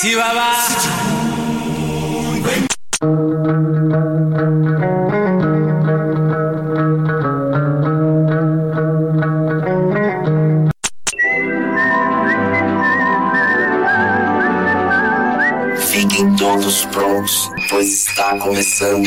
Fiquem todos prontos, pois está começando.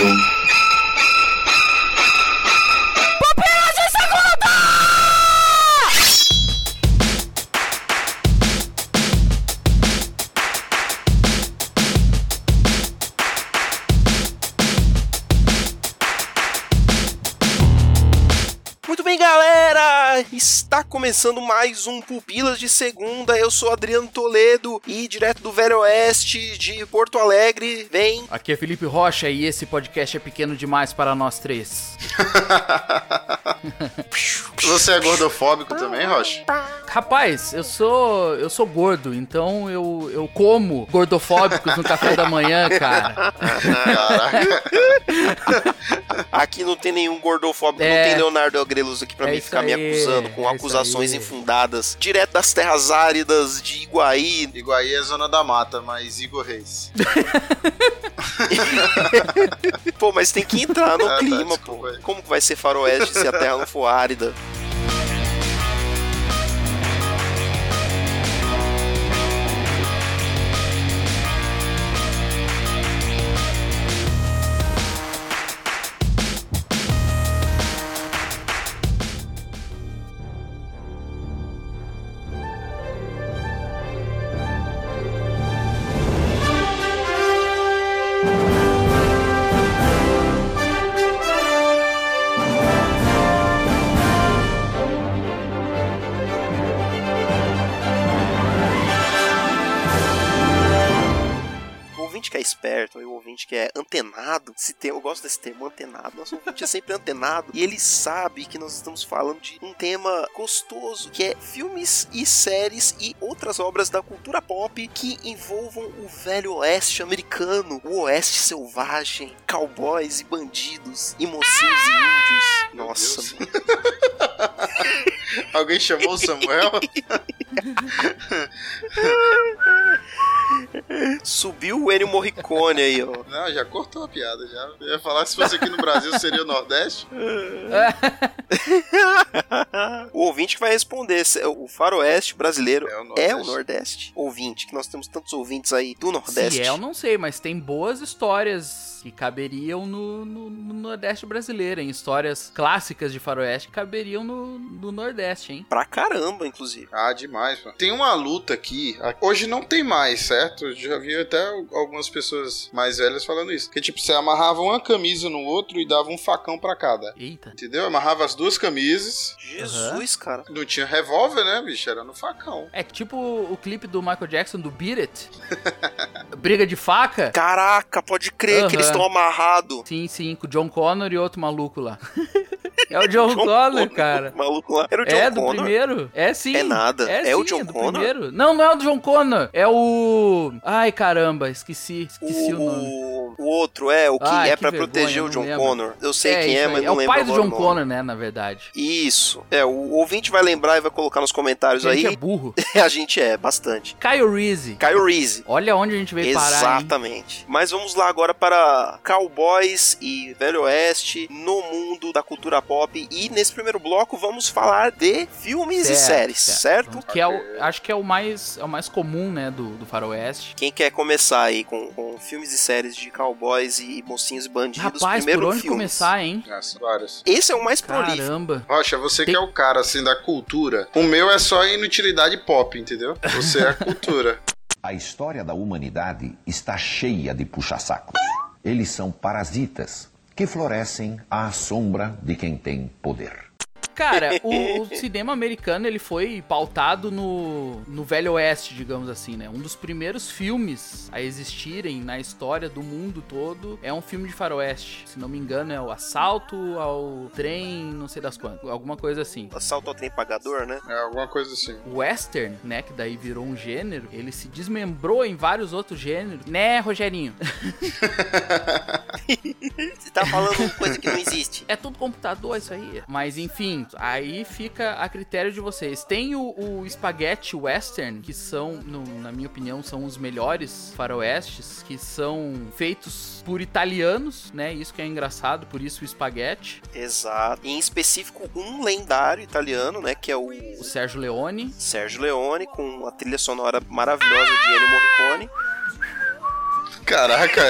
Está começando mais um Pupilas de Segunda. Eu sou Adriano Toledo e direto do Velho Oeste de Porto Alegre vem... Aqui é Felipe Rocha e esse podcast é pequeno demais para nós três. Você é gordofóbico também, Rocha? Rapaz, eu sou gordo, então eu como gordofóbicos no café da manhã, cara. Caraca. Aqui não tem nenhum gordofóbico, não tem Leonardo Agreluz aqui pra mim ficar me acusando com acusações infundadas, direto das terras áridas de Iguaí. Iguaí é zona da mata, mas Igor Reis. Pô, mas tem que entrar no clima, pô. Como que vai ser faroeste se a terra não for árida? Que é esperto, o ouvinte que é antenado, eu gosto desse termo, antenado. Nosso ouvinte é sempre antenado e ele sabe que nós estamos falando de um tema gostoso, que é filmes e séries e outras obras da cultura pop que envolvam o velho oeste americano, o oeste selvagem, cowboys e bandidos, e mocinhos e índios. Nossa. Alguém chamou o Samuel? Subiu o Ennio Morricone aí, ó. Não, já cortou a piada, já. Eu ia falar que se fosse aqui no Brasil seria o Nordeste. O ouvinte que vai responder, o faroeste brasileiro é o Nordeste. Ouvinte, que nós temos tantos ouvintes aí do Nordeste. Se eu não sei, mas tem boas histórias que caberiam no Nordeste brasileiro, hein? Histórias clássicas de faroeste que caberiam no Nordeste, hein? Pra caramba, inclusive. Ah, demais, mano. Tem uma luta aqui, hoje não tem mais, certo? Eu já vi até algumas pessoas mais velhas falando isso. Que tipo, você amarrava uma camisa no outro e dava um facão pra cada. Eita. Entendeu? Amarrava as duas camisas. Jesus, cara. Não tinha revólver, né, bicho? Era no facão. É tipo o clipe do Michael Jackson, do Beat It. Briga de faca. Caraca, pode crer que eles estão amarrados. Sim, com o John Connor e outro maluco lá. É o John Connor, cara. O maluco lá. Era o John Connor? Do primeiro. É sim. É nada. É o John Connor? Primeiro. Não é o John Connor. É o... Ai, caramba. Esqueci o nome. O outro o que é pra vergonha, proteger o John Connor. Eu sei quem é, mas não não lembro. É o pai do John Connor, né, na verdade. Isso. O ouvinte vai lembrar e vai colocar nos comentários aí. A gente é burro. A gente é, bastante. Kyle Reese. Olha onde a gente veio parar. Exatamente. Mas vamos lá agora para cowboys e velho oeste no mundo da cultura pop. E nesse primeiro bloco vamos falar de filmes e séries, certo? Que acho que é o mais comum, né, do faroeste. Quem quer começar aí com filmes e séries de cowboys e mocinhos e bandidos? Rapaz, primeiro por onde filmes. começar, hein? Várias. Esse é o mais prolífico. Caramba. Rocha, você que é o cara, assim, da cultura. O meu é só inutilidade pop, entendeu? Você é a cultura. A história da humanidade está cheia de puxa-sacos. Eles são parasitas que florescem à sombra de quem tem poder. Cara, o cinema americano, ele foi pautado no Velho Oeste, digamos assim, né? Um dos primeiros filmes a existirem na história do mundo todo é um filme de faroeste. Se não me engano, é o Assalto ao Trem, não sei das quantas. Alguma coisa assim. Assalto ao Trem Pagador, né? É, alguma coisa assim. O western, né, que daí virou um gênero, ele se desmembrou em vários outros gêneros. Né, Rogerinho? Você tá falando coisa que não existe. É tudo computador isso aí. Mas enfim, aí fica a critério de vocês. Tem o Spaghetti Western, que são, na minha opinião, são os melhores faroestes, que são feitos por italianos, né? Isso que é engraçado, por isso o Spaghetti. Exato. E em específico, um lendário italiano, né? Que é o Sergio Leone. Sergio Leone, com a trilha sonora maravilhosa de Ennio Morricone. Caraca.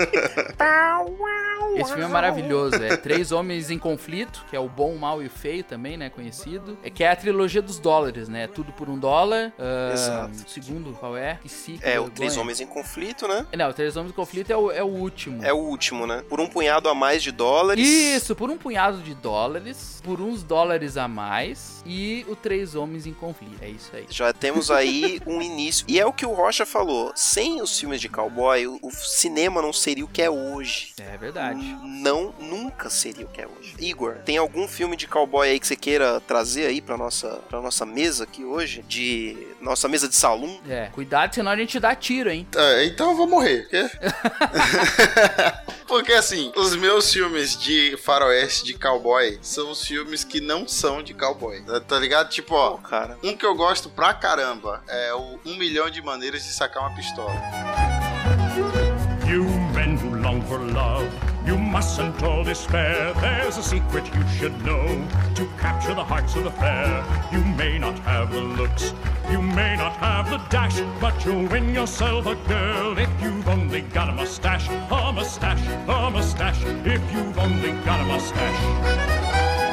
Esse filme é maravilhoso, é Três Homens em Conflito, que é o bom, o mal e o feio também, né, conhecido. É que é a trilogia dos dólares, né, tudo por $1. Exato. O segundo, qual é? O Três Homens em Conflito, né? Não, o Três Homens em Conflito é o último. É o último, né? Por um punhado a mais de dólares. Isso, por um punhado de dólares, por uns dólares a mais, e o Três Homens em Conflito, é isso aí. Já temos aí um início. E é o que o Rocha falou, sem os filmes de cowboy, o cinema não seria o que é hoje. É verdade. Não, nunca seria o que é hoje. Igor, tem algum filme de cowboy aí que você queira trazer aí pra nossa mesa aqui hoje? Nossa mesa de salão? Cuidado, senão a gente dá tiro, hein? Então eu vou morrer. Porque assim, os meus filmes de faroeste de cowboy são os filmes que não são de cowboy. Tá ligado? Tipo, ó, cara. Um que eu gosto pra caramba é o 1 Milhão de Maneiras de Sacar uma Pistola. You men who long for love, you mustn't all despair. There's a secret you should know to capture the hearts of the fair. You may not have the looks, you may not have the dash, but you'll win yourself a girl if you've only got a mustache, a mustache, a mustache, if you've only got a mustache.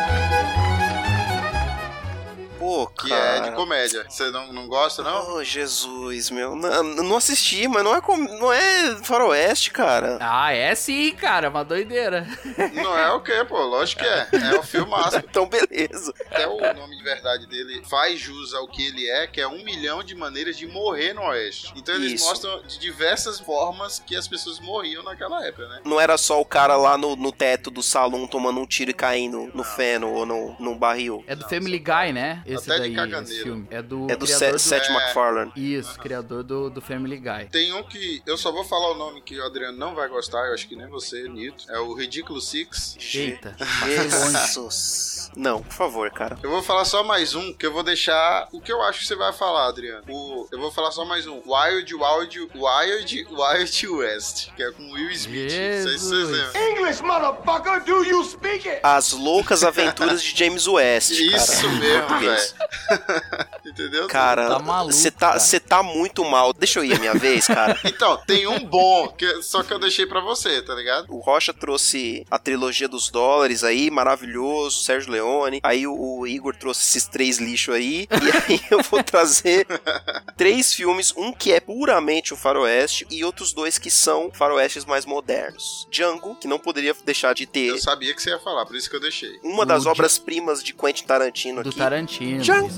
Pô, que cara. é de comédia. Você não gosta, não? Oh, Jesus, meu. Não assisti, mas não é faroeste, cara. Ah, é sim, cara. Uma doideira. Não é o quê, pô? Lógico que é. É o filmaço. Então, beleza. Até o nome de verdade dele faz jus ao que ele é, que é 1 milhão de maneiras de morrer no Oeste. Então eles mostram de diversas formas que as pessoas morriam naquela época, né? Não era só o cara lá no teto do salão tomando um tiro e caindo no feno ou num barril. É do Family Guy, né? Esse até daí, de caganeiro. esse filme. É do Seth MacFarlane. Isso, criador do Family Guy. Tem um que eu só vou falar o nome que o Adriano não vai gostar, eu acho que nem você, Nito. É o Ridiculous Six. Eita. Jesus. Não, por favor, cara. Eu vou falar só mais um, que eu vou deixar o que eu acho que você vai falar, Adriano. Eu vou falar só mais um. Wild West, que é com Will Smith. Não sei se vocês lembram. English, motherfucker, do you speak it? As Loucas Aventuras de James West, Isso cara. mesmo, velho. Entendeu? Cara, tá maluco, você tá muito mal. Deixa eu ir a minha vez, cara. Então, tem um bom, só que eu deixei pra você, tá ligado? O Rocha trouxe a trilogia dos dólares aí, maravilhoso, Sérgio Leone. Aí o Igor trouxe esses 3 lixos aí. E aí eu vou trazer 3 filmes, um que é puramente o faroeste e outros 2 que são faroestes mais modernos. Django, que não poderia deixar de ter. Eu sabia que você ia falar, por isso que eu deixei. Uma das obras-primas de Quentin Tarantino do aqui. Tarantino. Django!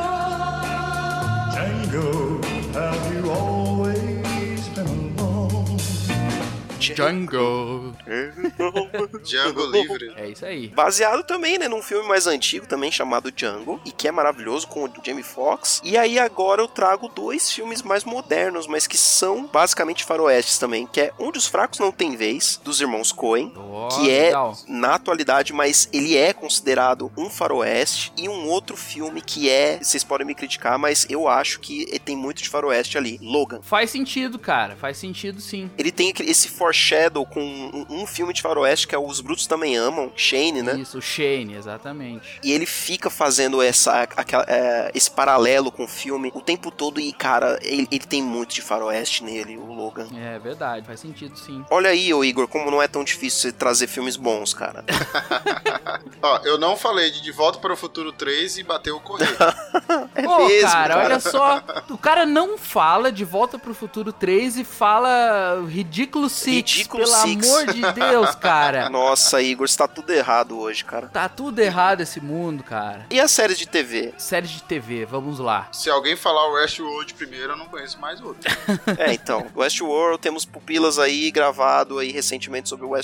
Django, have you always been alone? Django. Django Livre. É isso aí. Baseado também, né, num filme mais antigo também chamado Django, e que é maravilhoso, com o Jamie Foxx. E aí agora eu trago 2 filmes mais modernos, mas que são basicamente faroestes também, que é Onde os Fracos Não Têm Vez, dos irmãos Coen, que é na atualidade, mas ele é considerado um faroeste, e um outro filme que vocês podem me criticar, mas eu acho que tem muito de faroeste ali, Logan. Faz sentido, cara, faz sentido sim. Ele tem esse foreshadow com um filme de faroeste que é Os Brutos Também Amam, Shane, né? Isso, Shane, exatamente. E ele fica fazendo esse paralelo com o filme o tempo todo e, cara, ele tem muito de faroeste nele, o Logan. É verdade, faz sentido sim. Olha aí, ô Igor, como não é tão difícil você trazer filmes bons, cara. Ó, eu não falei de Volta para o Futuro 3 e bateu o correio. Pô, mesmo, cara, olha só. O cara não fala de Volta pro Futuro 3 e fala Ridiculous Six, pelo amor de Deus, cara. Nossa, Igor, você tá tudo errado hoje, cara. Tá tudo errado esse mundo, cara. E as séries de TV? Séries de TV, vamos lá. Se alguém falar o Westworld primeiro, eu não conheço mais outro. Então, Westworld, temos Pupilas aí, gravado aí recentemente sobre o Westworld.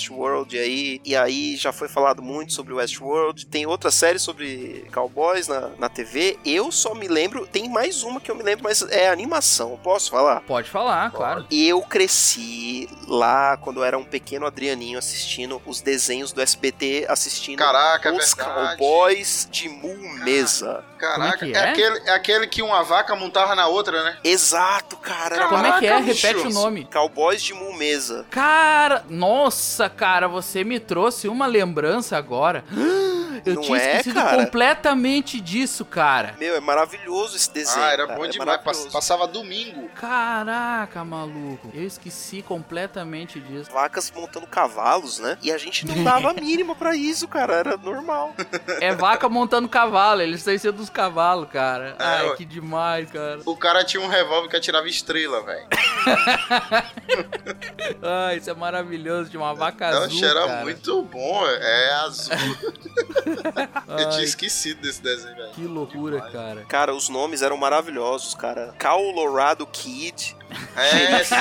Westworld aí, e aí já foi falado muito sobre Westworld. Tem outra série sobre cowboys na TV. Eu só me lembro, tem mais uma que eu me lembro, mas é animação. Posso falar? Pode falar, claro. Eu cresci lá quando eu era um pequeno Adrianinho assistindo os desenhos do SBT, assistindo Caraca, os é verdade. Cowboys de Mumesa. Caraca, Como é que é? aquele que uma vaca montava na outra, né? Exato, cara. Era Como é que é? maravilhoso. Repete o nome. Cowboys de Mumesa. Cara, nossa, cara, você me trouxe uma lembrança agora. Eu Não tinha é, esquecido cara? completamente disso, cara. Meu, é maravilhoso esse desenho. Era cara, bom é demais. maravilhoso. Passava domingo. Caraca, maluco. Eu esqueci completamente disso. Vacas montando cavalos, né? E a gente não dava a mínima pra isso, cara. Era normal. É vaca montando cavalo, eles estão sendo dos cavalos, cara. Ai, ué. que demais, cara. O cara tinha um revólver que atirava estrela, velho. Ai, isso é maravilhoso, de uma vaca azul, Era cara. muito bom, é azul. Eu tinha Ai, esquecido desse desenho, velho. que loucura, cara. Cara, os nomes eram maravilhosos, cara. Colorado Kid. Sim,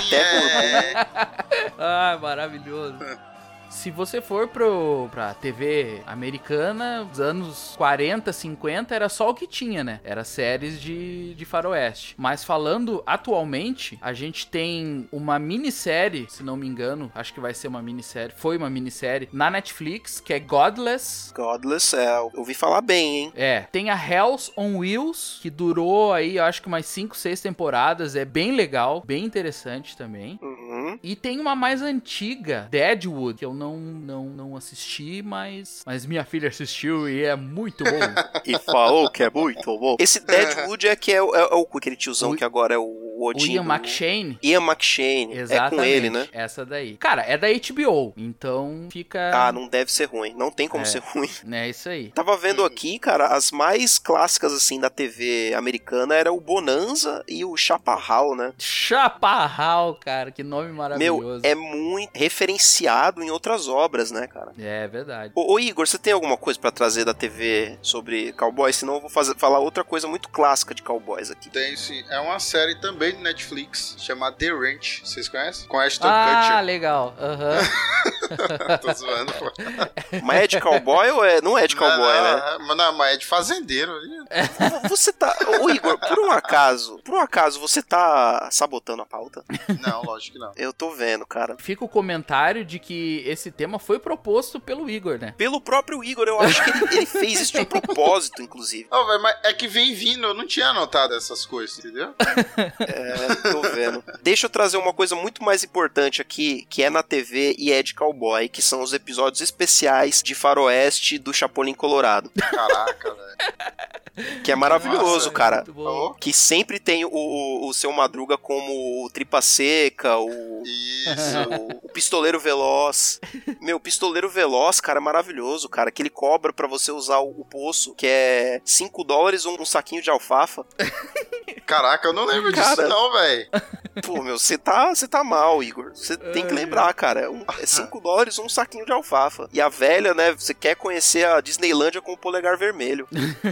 Ai, maravilhoso. Se você for pra TV americana, dos anos 40, 50, era só o que tinha, né? Era séries de faroeste. Mas falando atualmente, a gente tem uma minissérie, se não me engano, acho que vai ser uma minissérie, foi uma minissérie, na Netflix, que é Godless. Godless, eu ouvi falar bem, hein? É, tem a Hells on Wheels, que durou aí, eu acho que umas 5, 6 temporadas, é bem legal, bem interessante também. Uhum. E tem uma mais antiga, Deadwood, que eu não assisti, mas minha filha assistiu e é muito bom. E falou que é muito bom. Esse Deadwood é aquele tiozão que agora é o Odin. O Ian McShane. Ian McShane. Exatamente. É com ele, né? Essa daí. Cara, é da HBO, então fica... Não deve ser ruim. Não tem como ser ruim. É isso aí. Tava vendo aqui, cara, as mais clássicas, assim, da TV americana era o Bonanza e o Chaparral, né? Chaparral, cara, que nome maravilhoso. Meu, é muito referenciado em outras obras, né, cara? É verdade. Ô Igor, você tem alguma coisa pra trazer da TV sobre cowboys? Senão eu vou falar outra coisa muito clássica de cowboys aqui. Tem sim. É uma série também de Netflix, chamada The Ranch. Vocês conhecem? Com Ashton Ah, Kutcher. legal. Aham. Tô zoando, pô. Mas é de cowboy ou é? Não é de cowboy, né? Mas é de fazendeiro. Você tá... Ô Igor, por um acaso você tá sabotando a pauta? Não, lógico que não. Eu tô vendo, cara. Fica o comentário de que esse tema foi proposto pelo Igor, né? Pelo próprio Igor, eu acho que ele fez isso de propósito, inclusive. Véio, mas é que vem vindo, eu não tinha anotado essas coisas, entendeu? Tô vendo. Deixa eu trazer uma coisa muito mais importante aqui, que é na TV e é de cowboy, que são os episódios especiais de faroeste do Chapolin Colorado. Caraca, velho. Que é maravilhoso, Nossa, cara. Muito bom. Que sempre tem o Seu Madruga como o Tripa Seca, o Pistoleiro Veloz. Meu, o Pistoleiro Veloz, cara, é maravilhoso, cara. Que ele cobra pra você usar o poço, que é $5 um saquinho de alfafa. Caraca, eu não lembro disso não, velho. Pô, meu, você tá mal, Igor. Você tem que lembrar, cara. É $5 um saquinho de alfafa. E a velha, né, você quer conhecer a Disneylândia com o polegar vermelho.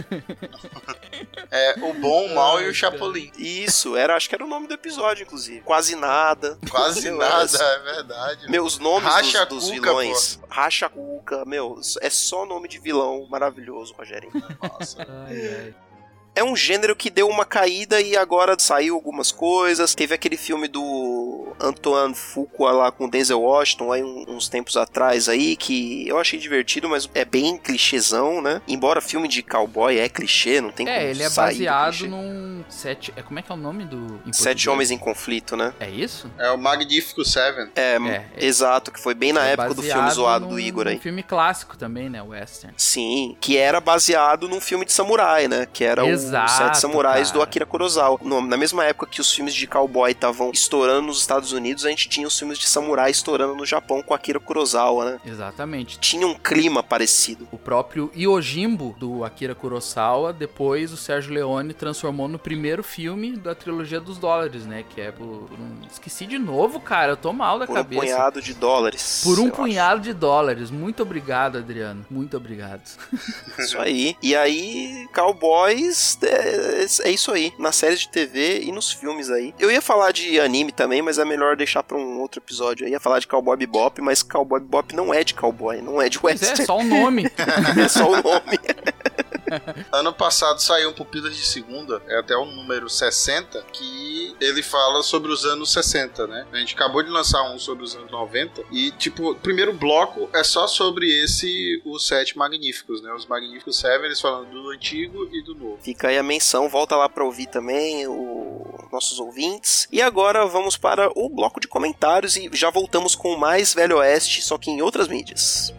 É o Bom, o Mal e o Chapolin. Isso, acho que era o nome do episódio, inclusive. Quase nada. Quase nada, é verdade. Meus nomes Racha dos Cuca, vilões. pô. Racha Cuca, meu, é só nome de vilão maravilhoso, Rogerinho. Nossa. Ai. É um gênero que deu uma caída e agora saiu algumas coisas. Teve aquele filme do Antoine Fuqua lá com Denzel Washington aí uns tempos atrás aí, que eu achei divertido, mas é bem clichêzão, né? Embora filme de cowboy é clichê, não tem como Ele é sair do baseado clichê. num... Como é que é o nome do... em Sete português? Homens em Conflito, né? É isso? É o Magnífico Seven. Exato, que foi bem na época do filme baseado zoado do Igor aí. Um filme clássico também, né? Western. Sim, que era baseado num filme de samurai, né? Que era os Sete Samurais do Akira Kurosawa. Na mesma época que os filmes de cowboy estavam estourando nos Estados Unidos, a gente tinha os filmes de samurai estourando no Japão com Akira Kurosawa, né? Exatamente. Tinha um clima parecido. O próprio Yojimbo, do Akira Kurosawa, depois o Sérgio Leone transformou no primeiro filme da trilogia dos dólares, né? Que é por um... Esqueci de novo, cara. Eu tô mal da cabeça. Por um punhado de dólares. Por um punhado de dólares. Muito obrigado, Adriano. Muito obrigado. Isso aí. E aí, cowboys... É isso aí, nas séries de TV e nos filmes aí. Eu ia falar de anime também, mas é melhor melhor deixar pra um outro episódio. Eu ia falar de Cowboy Bebop, mas Cowboy Bebop não é de cowboy, não é de western. É só o nome. É só o nome. Ano passado saiu um Pupilas de Segunda, é até o número 60, que ele fala sobre os anos 60, né? A gente acabou de lançar um sobre os anos 90 e, tipo, o primeiro bloco é só sobre os 7 magníficos, né? Os Magníficos 7, eles falando do antigo e do novo. Fica aí a menção, volta lá pra ouvir também nossos ouvintes. E agora vamos para o bloco de comentários e já voltamos com mais Velho Oeste, só que em outras mídias.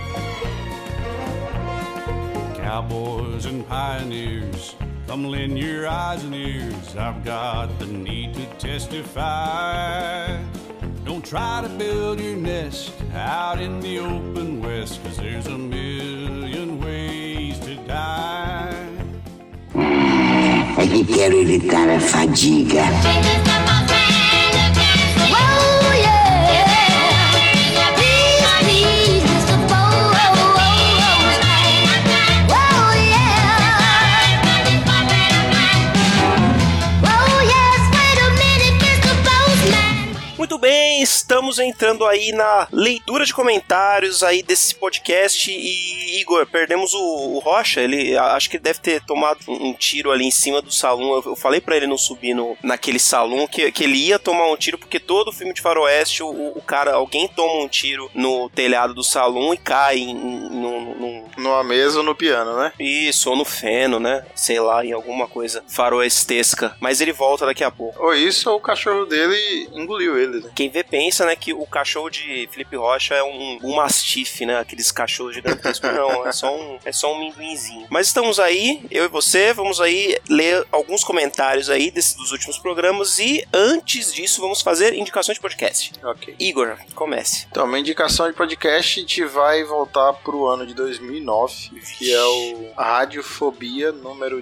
Cowboys and pioneers, come lend your eyes and ears. I've got the need to testify. Don't try to build your nest out in the open west, 'cause there's a million ways to die. É que quero evitar a fadiga. Muito bem, estamos entrando aí na leitura de comentários aí desse podcast e, Igor, perdemos o Rocha, ele acho que deve ter tomado um tiro ali em cima do salão. Eu falei pra ele não subir naquele salão que ele ia tomar um tiro, porque todo filme de faroeste alguém toma um tiro no telhado do salão e cai numa mesa ou no piano, né? Isso, ou no feno, né? Sei lá, em alguma coisa faroestesca. Mas ele volta daqui a pouco. Ou isso, ou o cachorro dele engoliu ele, né? Quem vê pensa, né, que o cachorro de Felipe Rocha é um mastife, né? Aqueles cachorros gigantescos. Não, é só um minguinzinho. Mas estamos aí, eu e você, vamos aí ler alguns comentários aí dos últimos programas e antes disso vamos fazer indicações de podcast. Ok. Igor, comece. Então, minha indicação de podcast, a gente vai voltar pro ano de 2009, que é o Radiofobia número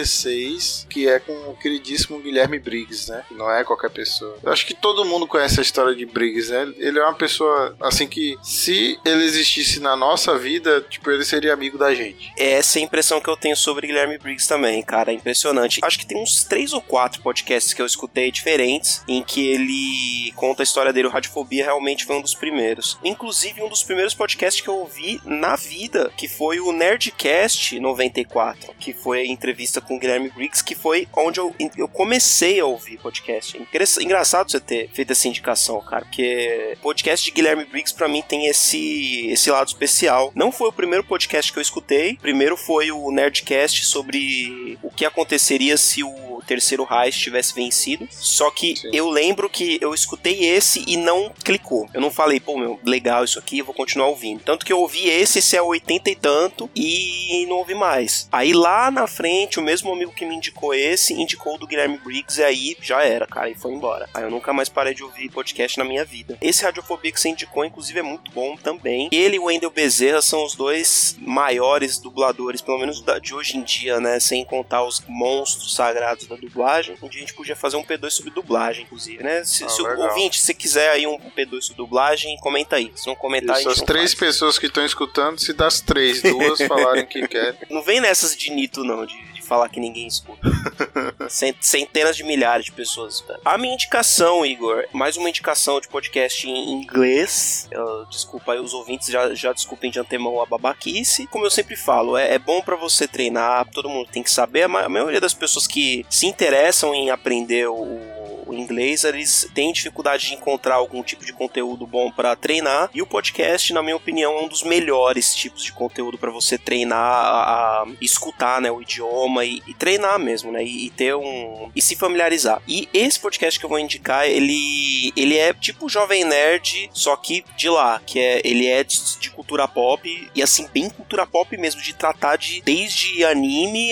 16, que é com o queridíssimo Guilherme Briggs, né? Não é qualquer pessoa. Eu acho que todo mundo conhece a história de Briggs, né? Ele é uma pessoa, assim, que se ele existisse na nossa vida, tipo, ele seria amigo da gente. Essa é a impressão que eu tenho sobre Guilherme Briggs também, cara, é impressionante. Acho que tem uns 3 ou 4 podcasts que eu escutei diferentes, em que ele conta a história dele. O Radiofobia realmente foi um dos primeiros. Inclusive, um dos primeiros podcasts que eu ouvi na vida, que foi o Nerdcast 94, que foi a entrevista com o Guilherme Briggs, que foi onde eu comecei a ouvir podcast. Engraçado você ter feito essa indicação, cara, porque podcast de Guilherme Briggs pra mim tem esse lado especial. Não foi o primeiro podcast que eu escutei. Primeiro foi o Nerdcast sobre o que aconteceria se o Terceiro Reich tivesse vencido. Só que Sim. Eu lembro que eu escutei esse e não clicou. Eu não falei, pô, meu, legal isso aqui, eu vou continuar ouvindo. Tanto que eu ouvi esse é 80 e tanto, e não ouvi mais. Aí lá na frente, o mesmo amigo que me indicou esse, indicou o do Guilherme Briggs, e aí já era, cara, e foi embora. Aí eu nunca mais parei de ouvir podcast na minha vida. Esse Radiofobia que você indicou, inclusive, é muito bom também. Ele e o Wendel Bezerra são os dois maiores dubladores, pelo menos de hoje em dia, né? Sem contar os monstros sagrados da dublagem. Um dia a gente podia fazer um P2 sobre dublagem, inclusive, né? Se o ouvinte, se quiser aí um P2 sobre dublagem, comenta aí. Se não comentar, isso, a gente não faz. 3 pessoas que estão escutando, se das 3, 2 falarem que querem. Não vem nessas de Nito, não, de falar que ninguém escuta. Centenas de milhares de pessoas escutam. A minha indicação, Igor, mais uma indicação de podcast em inglês. Desculpa aí os ouvintes, já desculpem de antemão a babaquice. Como eu sempre falo, é bom pra você treinar, todo mundo tem que saber. A maioria das pessoas que se interessam em aprender o inglês, eles têm dificuldade de encontrar algum tipo de conteúdo bom pra treinar, e o podcast, na minha opinião, é um dos melhores tipos de conteúdo pra você treinar a escutar, né, o idioma e treinar mesmo, né, e ter e se familiarizar. E esse podcast que eu vou indicar, ele é tipo Jovem Nerd, só que de lá, ele é de cultura pop, e assim, bem cultura pop mesmo, de tratar desde anime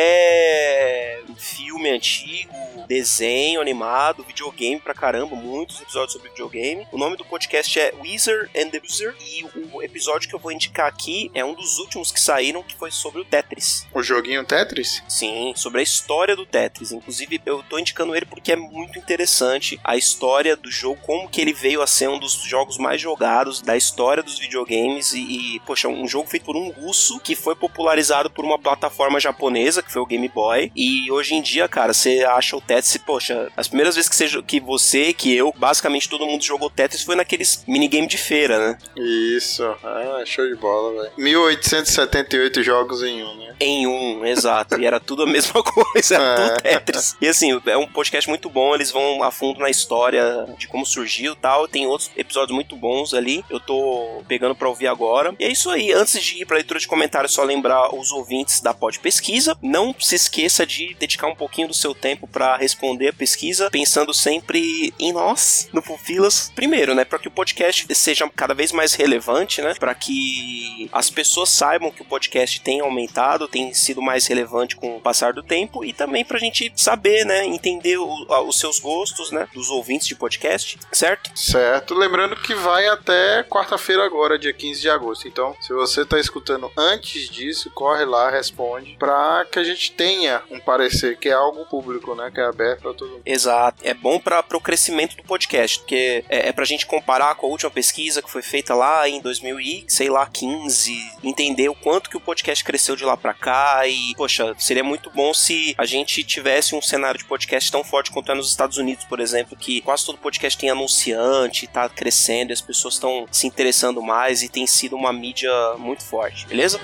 até filme antigo, desenho animado, videogame pra caramba, muitos episódios sobre videogame. O nome do podcast é Wizard and the Wizard, e o episódio que eu vou indicar aqui é um dos últimos que saíram, que foi sobre o Tetris. O joguinho Tetris? Sim, sobre a história do Tetris. Inclusive, eu tô indicando ele porque é muito interessante a história do jogo, como que ele veio a ser um dos jogos mais jogados da história dos videogames, poxa, um jogo feito por um russo que foi popularizado por uma plataforma japonesa, que foi o Game Boy, e hoje em dia, cara? Você acha o Tetris, poxa, as primeiras vezes que eu, basicamente todo mundo jogou Tetris foi naqueles minigame de feira, né? Isso. Show de bola, velho. 1878 jogos em um, né? Em um, exato. E era tudo a mesma coisa, era tudo Tetris. E assim, é um podcast muito bom, eles vão a fundo na história de como surgiu e tal. Tem outros episódios muito bons ali. Eu tô pegando pra ouvir agora. E é isso aí. Antes de ir pra leitura de comentários, só lembrar os ouvintes da Pod Pesquisa. Não se esqueça de dedicar um pouquinho do seu tempo pra responder a pesquisa, pensando sempre em nós, no Pupilas. Primeiro, né, para que o podcast seja cada vez mais relevante, né, para que as pessoas saibam que o podcast tem aumentado, tem sido mais relevante com o passar do tempo, e também pra gente saber, né, entender os seus gostos, né, dos ouvintes de podcast, certo? Certo. Lembrando que vai até quarta-feira agora, dia 15 de agosto. Então, se você tá escutando antes disso, corre lá, responde, pra que a gente tenha um parecer, que é algo público, né, que é aberto pra todo mundo. Exato. É bom para o crescimento do podcast, porque é pra gente comparar com a última pesquisa que foi feita lá em 2015, entender o quanto que o podcast cresceu de lá pra cá. E, poxa, seria muito bom se a gente tivesse um cenário de podcast tão forte quanto é nos Estados Unidos, por exemplo, que quase todo podcast tem anunciante, tá crescendo, e as pessoas estão se interessando mais, e tem sido uma mídia muito forte, beleza?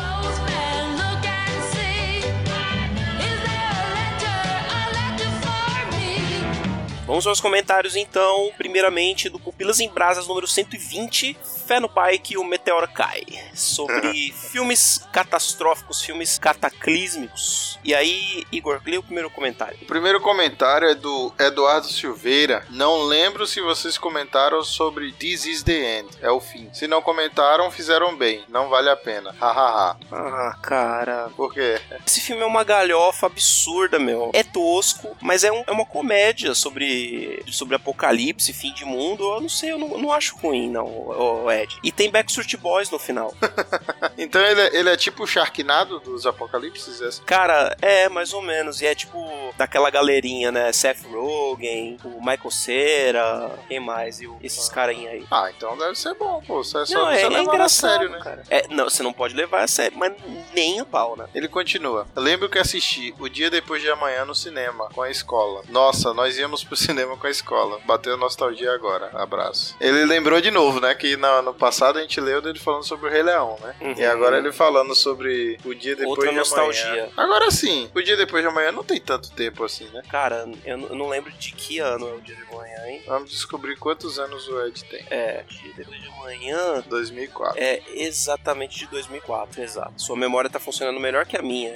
Vamos aos comentários então, primeiramente do Pupilas em Brasas número 120, Fé no Pai que o meteoro cai, sobre filmes catastróficos, filmes cataclísmicos. E aí, Igor, lê o primeiro comentário. O primeiro comentário é do Eduardo Silveira. Não lembro se vocês comentaram sobre This is the End, é o fim. Se não comentaram, fizeram bem, não vale a pena, hahaha. Ah, cara... Por quê? Esse filme é uma galhofa absurda, meu. É tosco, mas é uma comédia sobre apocalipse, fim de mundo. Eu não sei, eu não acho ruim, não, Ed. E tem Backstreet Boys no final. Então ele é tipo o Sharknado dos apocalipses? Essa? Cara, é, mais ou menos. E é tipo daquela galerinha, né? Seth Rogen, o Michael Cera, quem mais? E esses carinha aí. Ah, então deve ser bom, pô. Você é levar a sério, né? Cara. Não, você não pode levar a sério, mas nem a pau, né? Ele continua. Eu lembro que assisti O Dia Depois de Amanhã no cinema, com a escola. Nossa, nós íamos pro cinema com a escola. Bateu a nostalgia agora. Abraço. Ele lembrou de novo, né? Que no passado a gente leu dele falando sobre o Rei Leão, né? Uhum. E agora ele falando sobre O Dia Depois Outra de nostalgia. Amanhã. Agora sim, O Dia Depois de Amanhã não tem tanto tempo assim, né? Cara, eu não lembro de que ano é O Dia de Amanhã, hein? Vamos descobrir quantos anos o Ed tem. Dia Depois de Amanhã... 2004. É exatamente de 2004, exato. Sua memória tá funcionando melhor que a minha.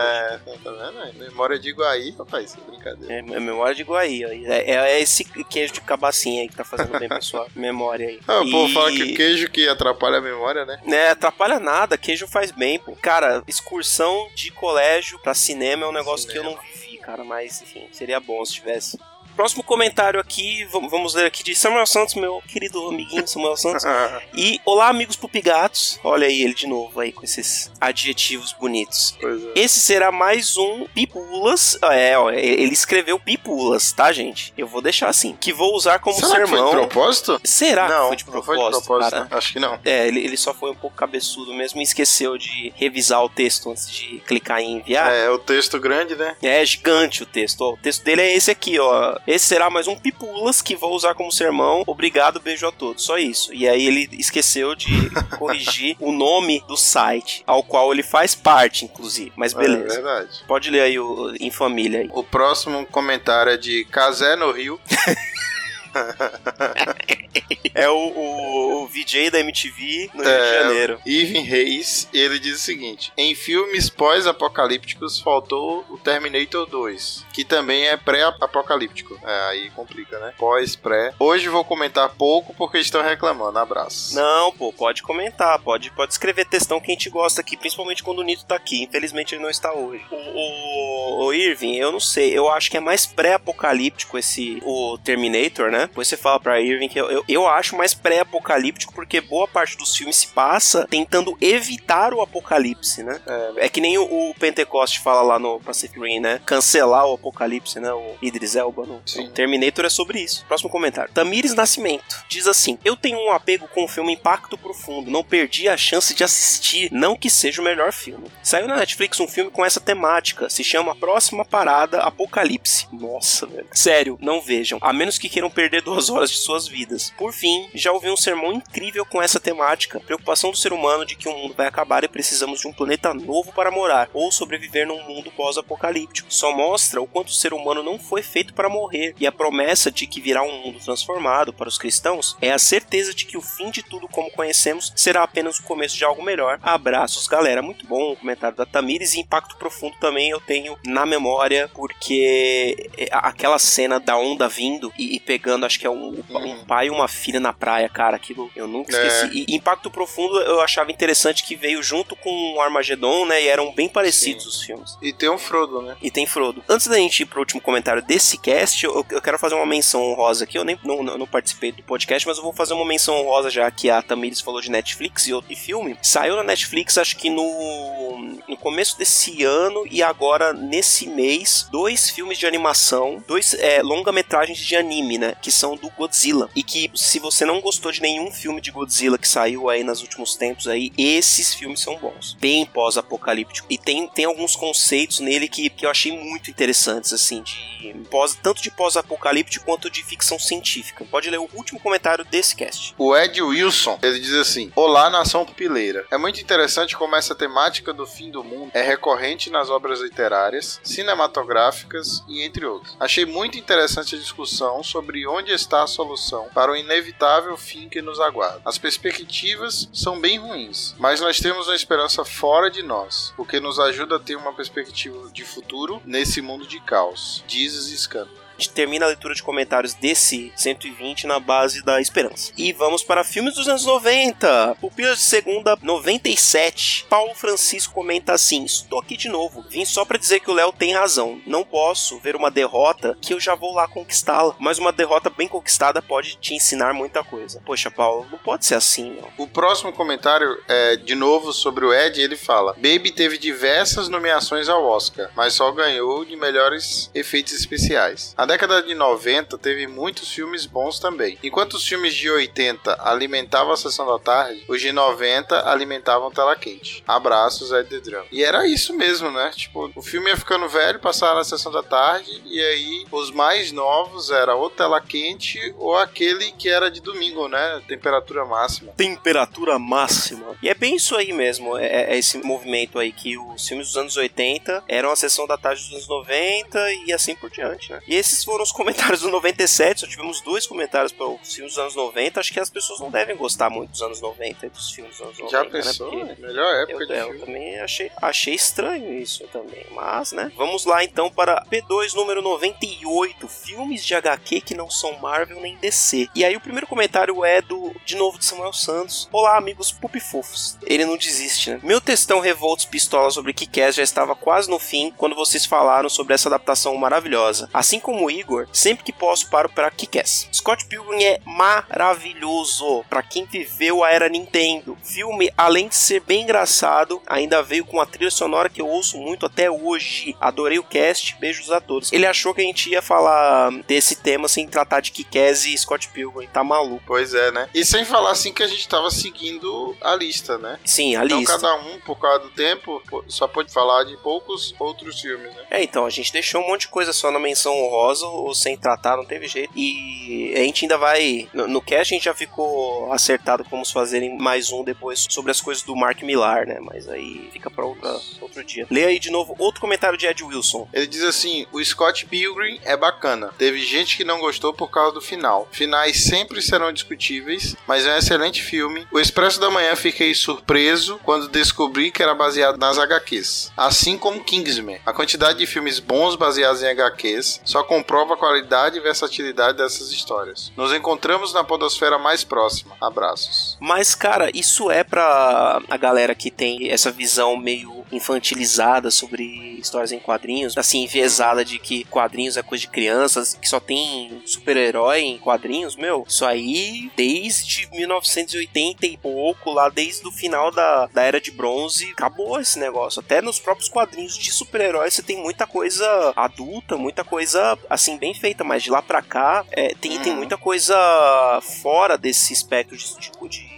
Tá vendo aí? Memória de Iguaí, rapaz, é brincadeira. É memória de Iguaí. É esse queijo de cabacinha aí que tá fazendo bem pra sua memória aí. O povo fala que o queijo que atrapalha a memória, né? Atrapalha nada, queijo faz bem, pô. Cara, excursão de colégio pra cinema é um negócio que eu não vivi, cara, mas enfim, seria bom se tivesse. Próximo comentário aqui, vamos ler aqui de Samuel Santos, meu querido amiguinho Samuel Santos. E olá, amigos pupigatos. Olha aí ele de novo aí com esses adjetivos bonitos. Pois é. Esse será mais um Pipulas. Ele escreveu Pipulas, tá, gente? Eu vou deixar assim, que vou usar como sermão. Será que foi de propósito? Será que não, foi de propósito? Não foi de propósito, cara? Né? Acho que não. Ele só foi um pouco cabeçudo mesmo e esqueceu de revisar o texto antes de clicar em enviar. É o texto grande, né? É gigante o texto. Ó, o texto dele é esse aqui, ó. Esse será mais um Pipulas que vou usar como sermão. Obrigado, beijo a todos. Só isso. E aí ele esqueceu de corrigir o nome do site, ao qual ele faz parte, inclusive. Mas beleza. É verdade. Pode ler aí em família aí. O próximo comentário é de Casé no Rio. É o VJ da MTV no Rio de Janeiro. Ivan Reis, ele diz o seguinte: em filmes pós-apocalípticos faltou o Terminator 2, que também é pré-apocalíptico. Aí complica, né? Pós-pré. Hoje vou comentar pouco porque estão reclamando. Abraço. Não, pô, pode comentar, pode escrever textão que a gente gosta aqui, principalmente quando o Nito tá aqui. Infelizmente ele não está hoje. O Irving, eu não sei, eu acho que é mais pré-apocalíptico o Terminator, né? Depois você fala pra Irving que eu acho mais pré-apocalíptico porque boa parte dos filmes se passa tentando evitar o apocalipse, né? É que nem o Pentecoste fala lá no Pacific Rim, né? Cancelar o apocalipse, né? O Idris Elba no Terminator é sobre isso. Próximo comentário. Tamires Nascimento diz assim: eu tenho um apego com o filme Impacto Profundo, não perdi a chance de assistir, não que seja o melhor filme. Saiu na Netflix um filme com essa temática, se chama A próxima parada, Apocalipse. Nossa, velho. Sério, não vejam. A menos que queiram perder 2 horas de suas vidas. Por fim, já ouvi um sermão incrível com essa temática. Preocupação do ser humano de que o mundo vai acabar e precisamos de um planeta novo para morar, ou sobreviver num mundo pós-apocalíptico. Só mostra o quanto o ser humano não foi feito para morrer. E a promessa de que virá um mundo transformado para os cristãos é a certeza de que o fim de tudo como conhecemos será apenas o começo de algo melhor. Abraços, galera. Muito bom o comentário da Tamires, e Impacto Profundo também eu tenho na memória, porque aquela cena da onda vindo e pegando, acho que é um pai e uma filha na praia, cara, aquilo eu nunca esqueci. E Impacto Profundo eu achava interessante que veio junto com o Armagedon, né, e eram bem parecidos os filmes. E tem um Frodo, né? E tem Frodo. Antes da gente ir pro último comentário desse cast, eu quero fazer uma menção honrosa aqui, eu nem não participei do podcast, mas eu vou fazer uma menção honrosa, já que a Tamires falou de Netflix e filme. Saiu na Netflix, acho que no começo desse ano e agora nesse mês, 2 filmes de animação, 2 longa-metragens de anime, né, que são do Godzilla. E que, se você não gostou de nenhum filme de Godzilla que saiu aí nos últimos tempos aí, esses filmes são bons. Bem pós-apocalíptico. E tem alguns conceitos nele que eu achei muito interessantes, assim, tanto de pós-apocalíptico quanto de ficção científica. Pode ler o último comentário desse cast. O Ed Wilson, ele diz assim: Olá, nação pupileira. É muito interessante como essa temática do fim do mundo é recorrente nas obras literárias, cinematográficas e entre outros. Achei muito interessante a discussão sobre onde está a solução para o inevitável fim que nos aguarda. As perspectivas são bem ruins, mas nós temos uma esperança fora de nós, o que nos ajuda a ter uma perspectiva de futuro nesse mundo de caos, diz Scan. A gente termina a leitura de comentários desse 120 na base da esperança. E vamos para filmes dos anos 90. Pupilas de Segunda, 97. Paulo Francisco comenta assim: estou aqui de novo. Vim só para dizer que o Léo tem razão. Não posso ver uma derrota que eu já vou lá conquistá-la. Mas uma derrota bem conquistada pode te ensinar muita coisa. Poxa, Paulo, não pode ser assim, não. O próximo comentário é, de novo, sobre o Ed. Ele fala: Baby teve diversas nomeações ao Oscar, mas só ganhou de melhores efeitos especiais. A década de 90 teve muitos filmes bons também. Enquanto os filmes de 80 alimentavam a sessão da tarde, os de 90 alimentavam tela quente. Abraços, Ed The Drum. E era isso mesmo, né? Tipo, o filme ia ficando velho, passava na sessão da tarde, e aí os mais novos era ou tela quente ou aquele que era de domingo, né? Temperatura máxima. Temperatura máxima. E é bem isso aí mesmo, é esse movimento aí, que os filmes dos anos 80 eram a sessão da tarde dos anos 90 e assim por diante, né? E esses foram os comentários do 97, só tivemos 2 comentários para os filmes dos anos 90, acho que as pessoas não devem gostar muito dos anos 90 e dos filmes dos anos 90. Já pensou? Né? Melhor época de filme. Eu também achei estranho isso também, mas, né? Vamos lá então para P2 número 98, filmes de HQ que não são Marvel nem DC. E aí o primeiro comentário é de novo de Samuel Santos. Olá, amigos pupifofos. Ele não desiste, né? Meu textão revoltos pistola sobre Kick-Ass já estava quase no fim quando vocês falaram sobre essa adaptação maravilhosa. Assim como o Igor, sempre que posso paro para Kick-Ass. Scott Pilgrim é maravilhoso para quem viveu a era Nintendo. Filme, além de ser bem engraçado, ainda veio com uma trilha sonora que eu ouço muito até hoje. Adorei o cast, beijos a todos. Ele achou que a gente ia falar desse tema sem tratar de Kick-Ass e Scott Pilgrim. Tá maluco. Pois é, né? E sem falar assim que a gente tava seguindo a lista, né? Sim, a então, lista. Cada um, por causa do tempo, só pode falar de poucos outros filmes, né? Então, a gente deixou um monte de coisa só na menção honrosa ou sem tratar, não teve jeito. E a gente ainda vai... No cast a gente já ficou acertado como fazerem mais um depois sobre as coisas do Mark Millar, né? Mas aí fica pra outro dia. Lê aí de novo outro comentário de Ed Wilson. Ele diz assim: o Scott Pilgrim é bacana. Teve gente que não gostou por causa do final. Finais sempre serão discutíveis, mas é um excelente filme. O Expresso da Manhã fiquei surpreso quando descobri que era baseado nas HQs. Assim como Kingsman. A quantidade de filmes bons baseados em HQs só comprova a qualidade e versatilidade dessas histórias. Nos encontramos na podosfera mais próxima. Abraços. Mas, cara, isso é pra a galera que tem essa visão meio infantilizada sobre histórias em quadrinhos, assim, enviesada de que quadrinhos é coisa de crianças, que só tem super-herói em quadrinhos, meu, isso aí desde 1980 e pouco, lá desde o final da Era de Bronze, acabou esse negócio. Até nos próprios quadrinhos de super-heróis você tem muita coisa adulta, muita coisa, assim, bem feita, mas de lá pra cá tem muita coisa fora desse espectro de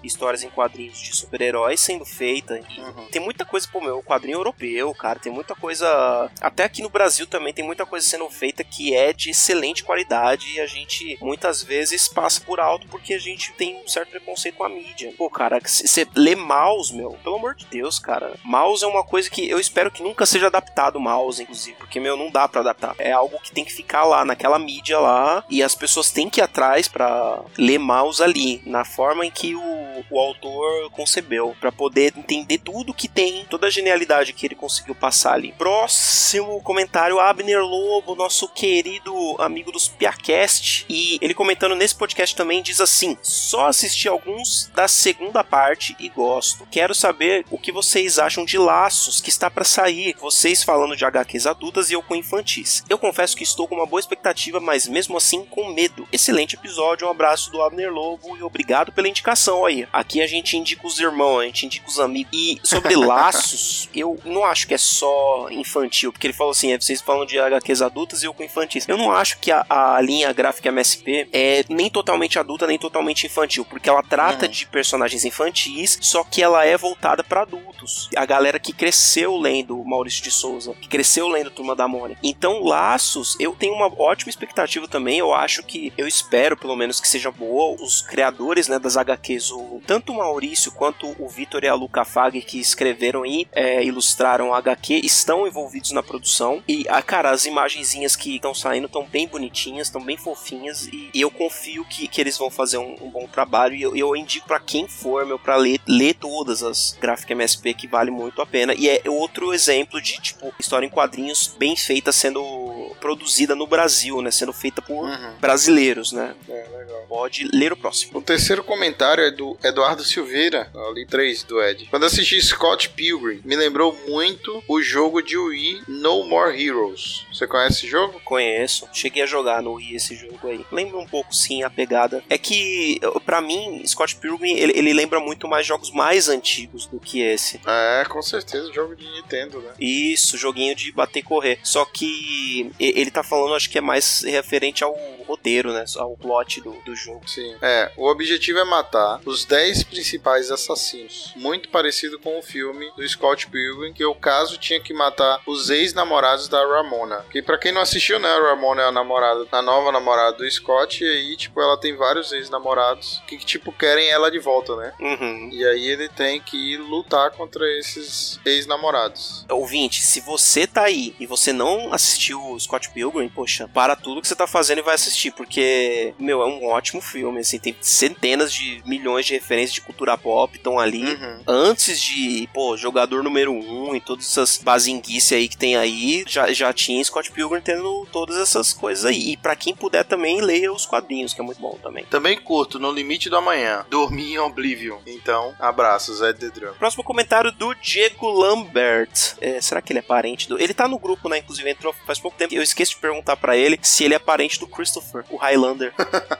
histórias em quadrinhos de super-heróis sendo feita. E tem muita coisa, pô, meu, quadrinho europeu, cara, tem muita coisa, até aqui no Brasil também tem muita coisa sendo feita que é de excelente qualidade e a gente muitas vezes passa por alto porque a gente tem um certo preconceito com a mídia. Pô, cara, você lê Mouse, meu, pelo amor de Deus, cara. Mouse é uma coisa que eu espero que nunca seja adaptado, Mouse, inclusive, porque, meu, não dá pra adaptar. É algo que tem que ficar lá, naquela mídia lá, e as pessoas têm que ir atrás pra ler Mouse ali, na forma em que o autor concebeu, pra poder entender tudo que tem, toda a genialidade que ele conseguiu passar ali. Próximo comentário, Abner Lobo, nosso querido amigo dos Piacast, e ele comentando nesse podcast também diz assim: só assisti alguns da segunda parte e gosto. Quero saber o que vocês acham de Laços, que está pra sair, vocês falando de HQs adultas e eu com infantis. Eu confesso que estou com uma boa expectativa, mas mesmo assim com medo. Excelente episódio, um abraço do Abner Lobo e obrigado pela indicação aí. Aqui a gente indica os irmãos, a gente indica os amigos. E sobre Laços, eu não acho que é só infantil, porque ele falou assim, vocês falam de HQs adultas e eu com infantis. Eu não acho que a linha gráfica MSP é nem totalmente adulta, nem totalmente infantil, porque ela trata de personagens infantis, só que ela é voltada para adultos. A galera que cresceu lendo Maurício de Souza, que cresceu lendo Turma da Mônica. Então, Laços, eu tenho uma ótima expectativa também. Eu espero, pelo menos, que seja boa. Os criadores, né, das HQs, tanto o Maurício quanto o Vitor e a Luca Fag, que escreveram e ilustraram a HQ, estão envolvidos na produção. E, cara, as imagenzinhas que estão saindo estão bem bonitinhas, estão bem fofinhas. E eu confio que eles vão fazer um bom trabalho. E eu indico pra quem for, meu, pra ler todas as gráficas MSP, que vale muito a pena. E é outro exemplo de, tipo, história em quadrinhos bem feita, sendo produzida no Brasil, né? Sendo feita por brasileiros, né? Legal. Pode ler o próximo. O terceiro comentário é do Eduardo Silveira, ali 3 do Ed. Quando assisti Scott Pilgrim, me lembrou muito o jogo de Wii No More Heroes. Você conhece esse jogo? Conheço. Cheguei a jogar no Wii esse jogo aí. Lembra um pouco, sim, a pegada. É que, pra mim, Scott Pilgrim, ele lembra muito mais jogos mais antigos do que esse. É, com certeza, jogo de Nintendo, né? Isso, joguinho de bater e correr. Só que ele tá falando, acho que é mais referente ao roteiro, né? Ao plot do jogo. Sim. O objetivo é matar os 10 principais assassinos. Muito parecido com o filme do Scott Pilgrim, que o caso tinha que matar os ex-namorados da Ramona. Que pra quem não assistiu, né? A Ramona é a nova namorada do Scott, e aí, tipo, ela tem vários ex-namorados que, tipo, querem ela de volta, né? E aí ele tem que lutar contra esses ex-namorados. Ouvinte, se você tá aí e você não assistiu o Scott Pilgrim, poxa, para tudo que você tá fazendo e vai assistir, porque, meu, é um ótimo filme, assim, tem centenas de milhões de referências de cultura pop estão ali, antes de, jogador número 1 e todas essas bazinguices aí que tem aí, já tinha Scott Pilgrim tendo todas essas coisas aí, e pra quem puder também, leia os quadrinhos, que é muito bom também. Também curto, No Limite do Amanhã, Dormir em Oblivion. Então, abraços, Ed The Drum. Próximo comentário do Diego Lambert. Será que ele é parente do... Ele tá no grupo, né? Inclusive entrou faz pouco tempo. Eu esqueci de perguntar pra ele se ele é parente do Christopher, o Highlander.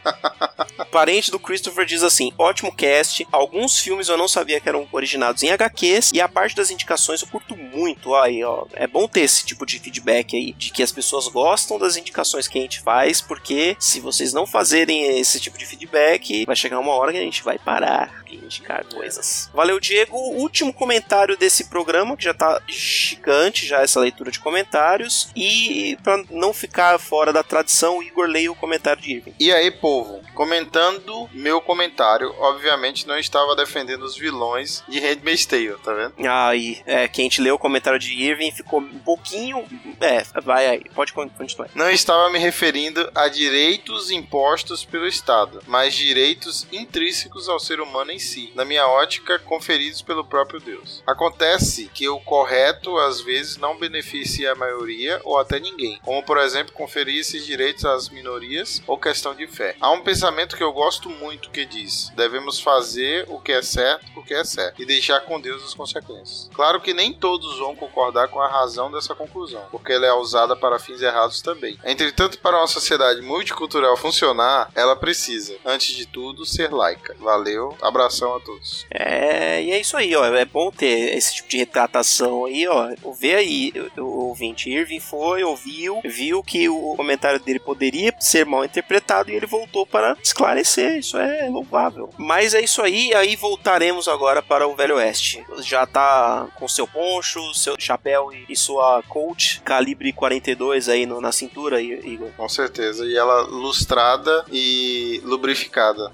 Parente do Christopher diz assim: ótimo cast, alguns filmes eu não sabia que eram originados em HQs, e a parte das indicações eu curto muito. Aí, ó, é bom ter esse tipo de feedback aí, de que as pessoas gostam das indicações que a gente faz, porque se vocês não fazerem esse tipo de feedback, vai chegar uma hora que a gente vai parar de indicar coisas. Valeu, Diego. O último comentário desse programa, que já tá gigante já essa leitura de comentários, e pra não ficar fora da tradição, o Igor leia o comentário de Irving. E aí, povo, comentando meu comentário, obviamente não estava defendendo os vilões de Handmaid's Tale, tá vendo? Aí, que a gente leu o comentário de Irving ficou um pouquinho... vai aí, pode continuar. Não estava me referindo a direitos impostos pelo Estado, mas direitos intrínsecos ao ser humano em si, na minha ótica, conferidos pelo próprio Deus. Acontece que o correto, às vezes, não beneficia a maioria ou até ninguém, como, por exemplo, conferir esses direitos às minorias ou questão de fé. Há um pensamento que eu gosto muito que diz: devemos fazer o que é certo e deixar com Deus as consequências. Claro que nem todos vão concordar com a razão dessa conclusão, porque ela é usada para fins errados também. Entretanto, para uma sociedade multicultural funcionar, ela precisa, antes de tudo, ser laica. Valeu, abração. abração a todos. E é isso aí, ó. É bom ter esse tipo de retratação aí, ó. Vê aí, o ouvinte. Irving foi, ouviu, viu que o comentário dele poderia ser mal interpretado e ele voltou para esclarecer. Isso é louvável. Mas é isso aí voltaremos agora para o Velho Oeste. Já tá com seu poncho, seu chapéu e sua Colt calibre 42 aí na cintura, Igor. Com certeza. E ela lustrada e lubrificada.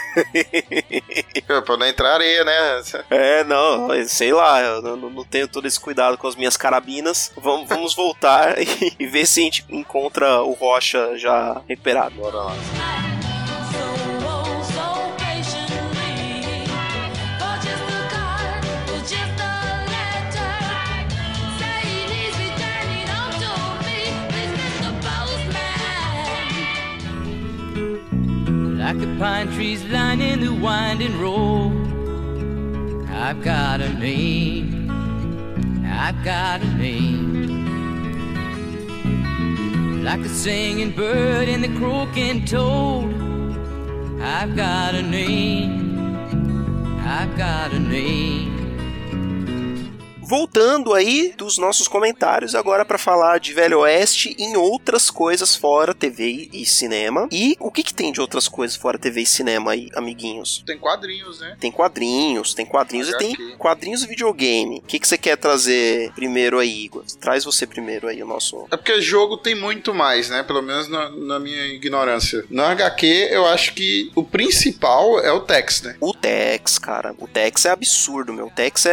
Pra não entrar areia, né? Não, sei lá, eu não tenho todo esse cuidado com as minhas carabinas. Vamos voltar e ver se a gente encontra o Rocha já recuperado. Bora lá. Like the pine trees lining the winding road, I've got a name, I've got a name. Like the singing bird and the croaking toad, I've got a name, I've got a name. Voltando aí dos nossos comentários agora para falar de Velho Oeste em outras coisas fora TV e cinema. E o que tem de outras coisas fora TV e cinema aí, amiguinhos? Tem quadrinhos, né? Tem quadrinhos e tem quadrinhos e videogame. O que você quer trazer primeiro aí, Igor? Traz você primeiro aí o nosso... É porque jogo tem muito mais, né? Pelo menos na minha ignorância. No HQ, eu acho que o principal é o Tex, né? O Tex, cara. O Tex é absurdo, meu. O Tex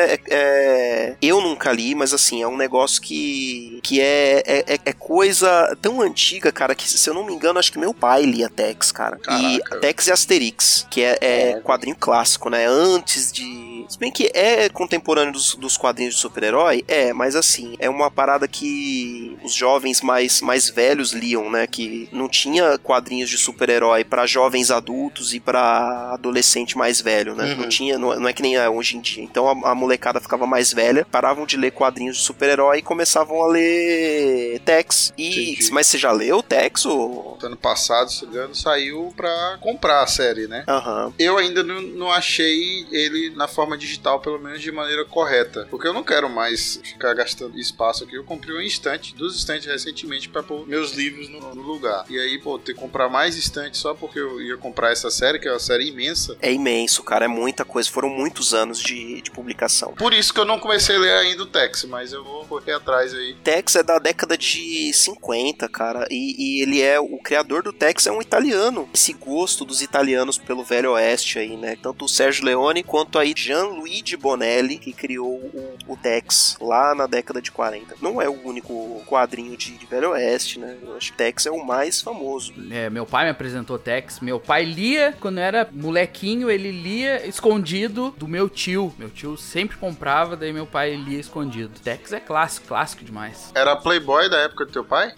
eu nunca li, mas assim, é um negócio que é coisa tão antiga, cara, que se eu não me engano, acho que meu pai lia Tex, cara. Caraca. E Tex e Asterix, que é quadrinho clássico, né? Antes de... Se bem que é contemporâneo dos quadrinhos de super-herói, mas assim, é uma parada que os jovens mais velhos liam, né? Que não tinha quadrinhos de super-herói pra jovens adultos e pra adolescente mais velho, né? Não tinha, não é que nem é hoje em dia. Então a molecada ficava mais velha, paravam de ler quadrinhos de super-herói e começavam a ler Tex. Mas você já leu Tex? Ou... Ano passado, se não me engano, saiu pra comprar a série, né? Eu ainda não achei ele na forma digital, pelo menos de maneira correta, porque eu não quero mais ficar gastando espaço aqui. Eu comprei um estante, 2 estantes recentemente pra pôr meus livros no lugar. E aí, ter que comprar mais estantes só porque eu ia comprar essa série, que é uma série imensa. É imenso, cara, é muita coisa. Foram muitos anos de publicação. Por isso que eu não comecei a ler ainda o Tex, mas eu vou correr atrás aí. Tex é da década de 50, cara, e ele o criador do Tex é um italiano. Esse gosto dos italianos pelo Velho Oeste aí, né? Tanto o Sergio Leone quanto aí Gianluigi Bonelli, que criou o Tex lá na década de 40. Não é o único quadrinho de Velho Oeste, né? Eu acho que Tex é o mais famoso. Meu pai me apresentou Tex. Meu pai lia, quando eu era molequinho, ele lia escondido do meu tio. Meu tio sempre comprava, daí meu pai lia escondido. Tex é clássico demais. Era Playboy da época do teu pai?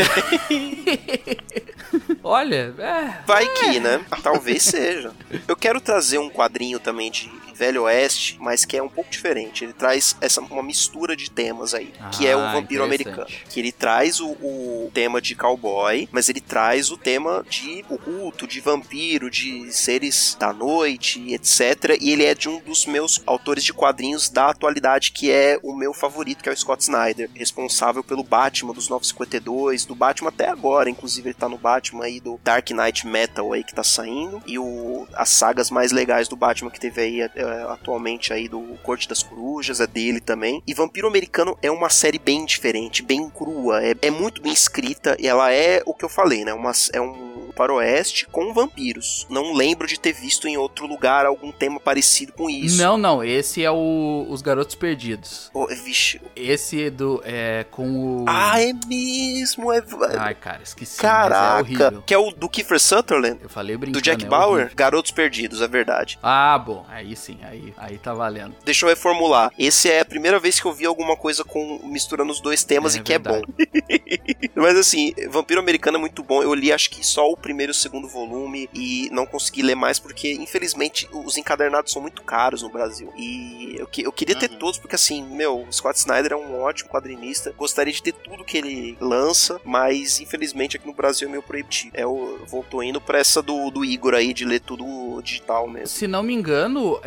Olha, vai que, né? Talvez seja. Eu quero trazer um quadrinho também de Velho Oeste, mas que é um pouco diferente. Ele traz uma mistura de temas aí, que é o Vampiro Americano. Que ele traz o tema de cowboy, mas ele traz o tema de oculto, de vampiro, de seres da noite, etc. E ele é de um dos meus autores de quadrinhos da atualidade, que é o meu favorito, que é o Scott Snyder, responsável pelo Batman dos 952, do Batman até agora, inclusive ele tá no Batman aí do Dark Knight Metal aí que tá saindo, e as sagas mais legais do Batman que teve aí atualmente aí do Corte das Corujas, é dele também. E Vampiro Americano é uma série bem diferente, bem crua, é muito bem escrita, e ela é o que eu falei, né? É um faroeste com vampiros. Não lembro de ter visto em outro lugar algum tema parecido com isso. Não, esse é Os Garotos Perdidos. Vixe. Esse com o... é mesmo, Ai, cara, esqueci. Caraca, mas é horrível. Que é o do Kiefer Sutherland. Eu falei brincando. Do Jack Bauer. Horrível. Garotos Perdidos, é verdade. Bom, aí sim, aí tá valendo. Deixa eu reformular. Esse é a primeira vez que eu vi alguma coisa misturando os dois temas e que verdade. É bom. Mas assim, Vampiro Americano é muito bom. Eu li acho que só o primeiro e o segundo volume e não consegui ler mais porque, infelizmente, os encadernados são muito caros no Brasil. E eu queria ter todos, porque assim, o Scott Snyder é um ótimo quadrinista, gostaria de ter tudo que ele lança, mas infelizmente aqui no Brasil é meio proibitivo. Eu tô indo pra essa do Igor aí, de ler tudo digital mesmo. Se não me engano,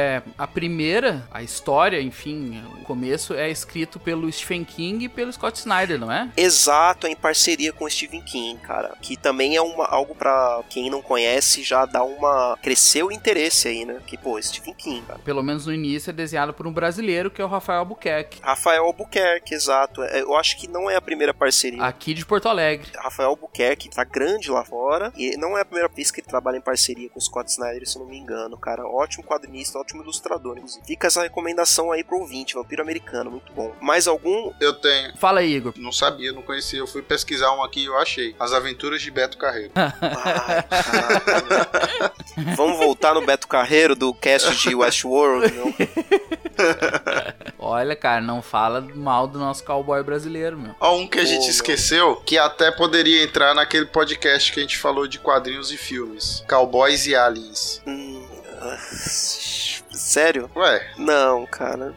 a história, enfim, o começo é escrito pelo Stephen King e pelo Scott Snyder, não é? Exato, é em parceria com o Stephen King, cara, que também é algo pra quem não conhece já dar crescer o interesse aí, né, que Stephen King, cara. Pelo menos no início é desenhado por um brasileiro, que é o Rafael Albuquerque. Rafael Albuquerque, exato. Eu acho que não é a primeira parceria. Aqui de Porto Alegre. Rafael Albuquerque tá grande lá fora, e não é a primeira vez que ele trabalha em parceria com o Scott Snyder, se eu não me engano, cara. Ótimo quadrinista, ótimo ilustrador, inclusive. Fica essa recomendação aí pro ouvinte, Vampiro Americano, muito bom. Mais algum? Eu tenho. Fala aí, Igor. Não sabia, não conhecia. Eu fui pesquisar um aqui e eu achei. As Aventuras de Beto Carreiro. Vamos voltar no Beto Carreiro do cast de Westworld, não? Olha, cara, não fala mal do nosso cowboy brasileiro, meu. Ó, um que a gente esqueceu, que até poderia entrar naquele podcast que a gente falou de quadrinhos e filmes. Cowboys e Aliens. Sério? Ué? Não, cara.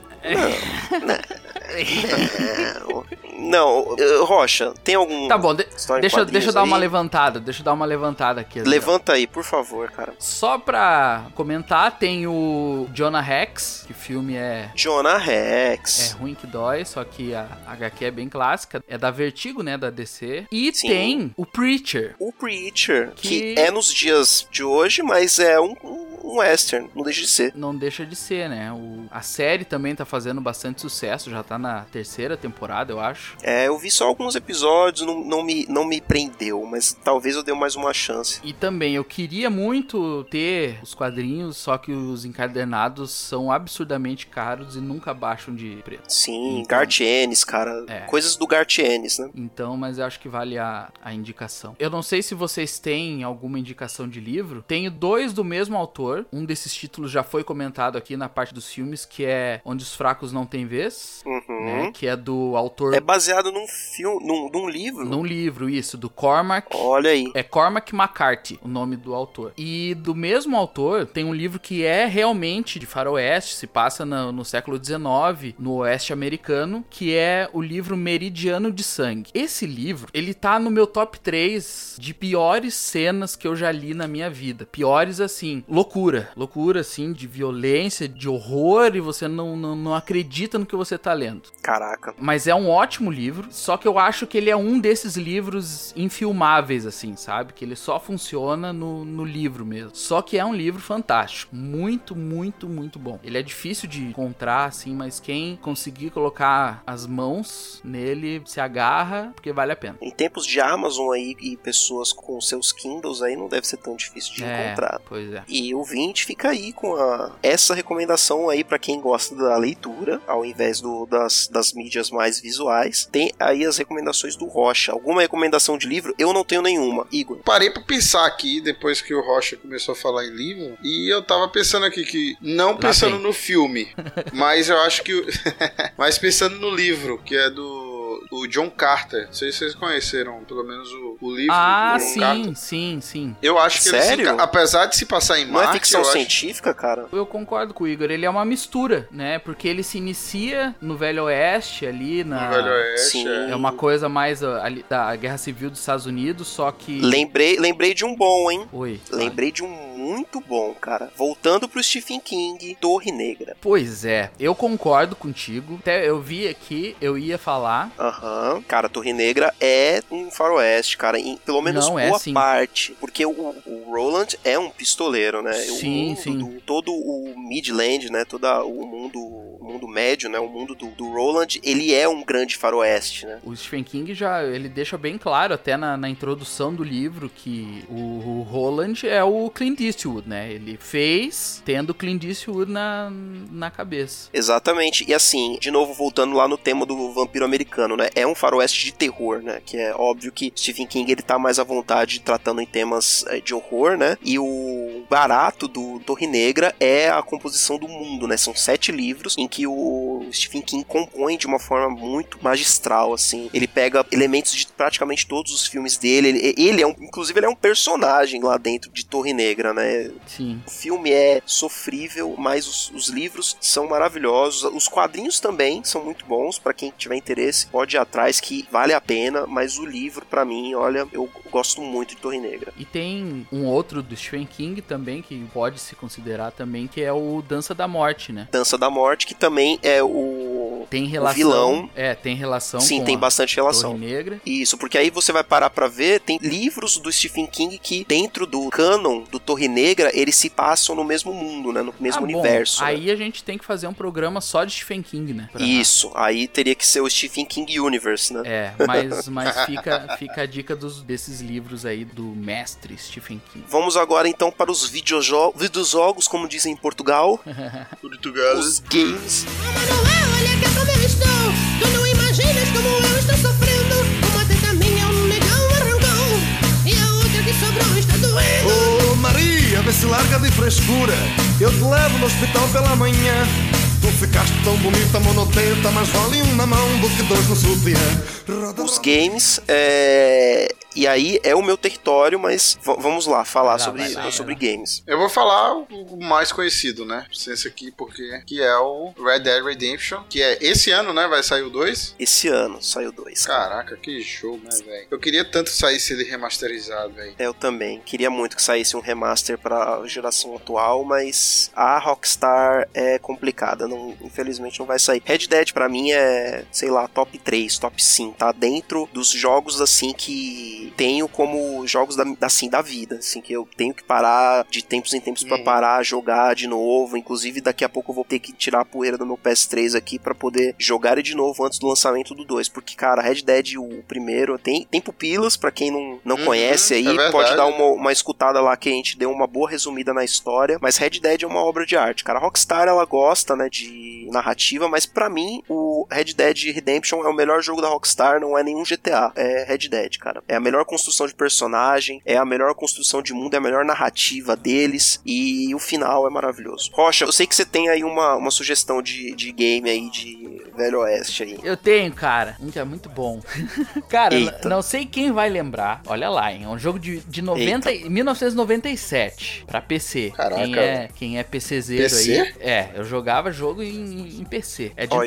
Não, Rocha, tem algum... Tá bom, deixa eu dar uma levantada aqui. Levanta aí, por favor, cara. Só pra comentar, tem o Jonah Rex, que o filme é... Jonah Rex. É ruim que dói, só que a HQ é bem clássica. É da Vertigo, né, da DC. E Sim. tem o Preacher. O Preacher, que é nos dias de hoje, mas é um western, não deixa de ser. Não deixa de ser, né? A série também tá fazendo bastante sucesso, já tá na 3ª temporada, eu acho. Eu vi só alguns episódios, não me prendeu, mas talvez eu dê mais uma chance. E também, eu queria muito ter os quadrinhos, só que os encadernados são absurdamente caros e nunca baixam de preço. Sim, então, Garth Ennis, cara. Coisas do Garth Ennis, né? Então, mas eu acho que vale a indicação. Eu não sei se vocês têm alguma indicação de livro. Tenho 2 do mesmo autor. Um desses títulos já foi comentado aqui na parte dos filmes, que é Onde os Fracos Não Têm Vez, né? Que é do autor... É baseado num filme, num livro? Num livro, isso, do Cormac. Olha aí. É Cormac McCarthy, o nome do autor. E do mesmo autor, tem um livro que é realmente de faroeste, se passa no século XIX, no oeste americano, que é o livro Meridiano de Sangue. Esse livro, ele tá no meu top 3 de piores cenas que eu já li na minha vida. Piores, assim, loucura, assim, de violência, de horror, e você não acredita no que você tá lendo. Caraca. Mas é um ótimo livro, só que eu acho que ele é um desses livros infilmáveis, assim, sabe? Que ele só funciona no livro mesmo. Só que é um livro fantástico. Muito, muito, muito bom. Ele é difícil de encontrar, assim, mas quem conseguir colocar as mãos nele se agarra, porque vale a pena. Em tempos de Amazon aí e pessoas com seus Kindles aí, não deve ser tão difícil de encontrar. Pois é. E o ouvinte fica aí com essa recomendação aí pra quem gosta da leitura, ao invés das mídias mais visuais. Tem aí as recomendações do Rocha. Alguma recomendação de livro? Eu não tenho nenhuma. Igor? Parei pra pensar aqui, depois que o Rocha começou a falar em livro, e eu tava pensando aqui que, não pensando no filme, mas eu acho que... mas pensando no livro, que é do John Carter. Não sei se vocês conheceram, pelo menos o livro do John Carter. Sim. Eu acho que Sério? ele, apesar de se passar em Marte... Não é ficção científica, cara? Eu concordo com o Igor. Ele é uma mistura, né? Porque ele se inicia no Velho Oeste, ali na... No Velho Oeste, Sim. É uma coisa mais ali, da Guerra Civil dos Estados Unidos, só que... Lembrei de um bom, hein? Oi. Lembrei de um muito bom, cara. Voltando pro Stephen King, Torre Negra. Pois é, eu concordo contigo. Até eu vi aqui, eu ia falar... Cara, Torre Negra é um faroeste, cara, pelo menos boa parte, porque o Roland é um pistoleiro, né? Sim. Todo o Midland, né? Todo o mundo médio, né? O mundo do Roland, ele é um grande faroeste, né? O Stephen King ele deixa bem claro, até na introdução do livro, que o Roland é o Clint Eastwood, né? Ele fez tendo Clint Eastwood na cabeça. Exatamente. E assim, de novo, voltando lá no tema do vampiro americano, né? É um faroeste de terror, né? Que é óbvio que Stephen King, ele tá mais à vontade tratando em temas de horror, né? E o barato do Torre Negra é a composição do mundo, né? São 7 livros em que o Stephen King compõe de uma forma muito magistral, assim. Ele pega elementos de praticamente todos os filmes dele. Inclusive, ele é um personagem lá dentro de Torre Negra, né? Sim. O filme é sofrível, mas os livros são maravilhosos. Os quadrinhos também são muito bons. Pra quem tiver interesse, pode ir atrás, que vale a pena. Mas o livro, pra mim, olha, eu gosto muito de Torre Negra. E tem um outro do Stephen King também, que pode se considerar também, que é o Dança da Morte, né? Dança da Morte, que também é o tem relação, vilão. Tem relação. Sim, com tem bastante relação. Torre Negra. Isso, porque aí você vai parar pra ver, tem livros do Stephen King que dentro do canon do Torre Negra, eles se passam no mesmo mundo, né? No mesmo universo. Bom, né? aí a gente tem que fazer um programa só de Stephen King, né? Isso, aí teria que ser o Stephen King Universe, né? Mas fica a dica desses livros aí do mestre Stephen King. Vamos agora então para os videojogos, como dizem em Portugal. Os games. Olha que como eu estou. Tu não imaginas como eu estou sofrendo. Uma teta minha, um negão arrancou. E a outra que sobrou está doendo. Oh Maria, vê se larga de frescura. Eu te levo no hospital pela manhã. Tu ficaste tão bonita, monotenta, mas vale um na mão do que dois no sutiã. Os games, e aí é o meu território, mas vamos lá, falar sobre games. Eu vou falar o mais conhecido, né? Esse aqui, porque que é o Red Dead Redemption, que é esse ano, né? Vai sair o 2? Esse ano saiu 2. Caraca, que jogo, né, velho? Eu queria tanto que saísse ele remasterizado, velho. Eu também. Queria muito que saísse um remaster pra geração atual, mas a Rockstar é complicada. Infelizmente não vai sair. Red Dead pra mim é, sei lá, top 3, top 5, tá? Dentro dos jogos, assim, que tenho como jogos da vida, assim, que eu tenho que parar de tempos em tempos pra parar, jogar de novo. Inclusive, daqui a pouco eu vou ter que tirar a poeira do meu PS3 aqui pra poder jogar ele de novo antes do lançamento do 2, porque, cara, Red Dead, o primeiro, tem pupilas, pra quem não conhece aí, pode dar uma escutada lá que a gente deu uma boa resumida na história, mas Red Dead é uma obra de arte, cara. A Rockstar, ela gosta, né, de narrativa, mas pra mim o Red Dead Redemption é o melhor jogo da Rockstar, não é nenhum GTA, é Red Dead, cara. É a melhor construção de personagem, é a melhor construção de mundo, é a melhor narrativa deles, e o final é maravilhoso. Rocha, eu sei que você tem aí uma sugestão de game aí, de Velho Oeste aí. Eu tenho, cara, um que é muito bom. Cara, não sei quem vai lembrar, olha lá, hein, é um jogo de 1997 pra PC. Caraca. Quem é PCzeiro PC? aí, eu jogava jogo em PC.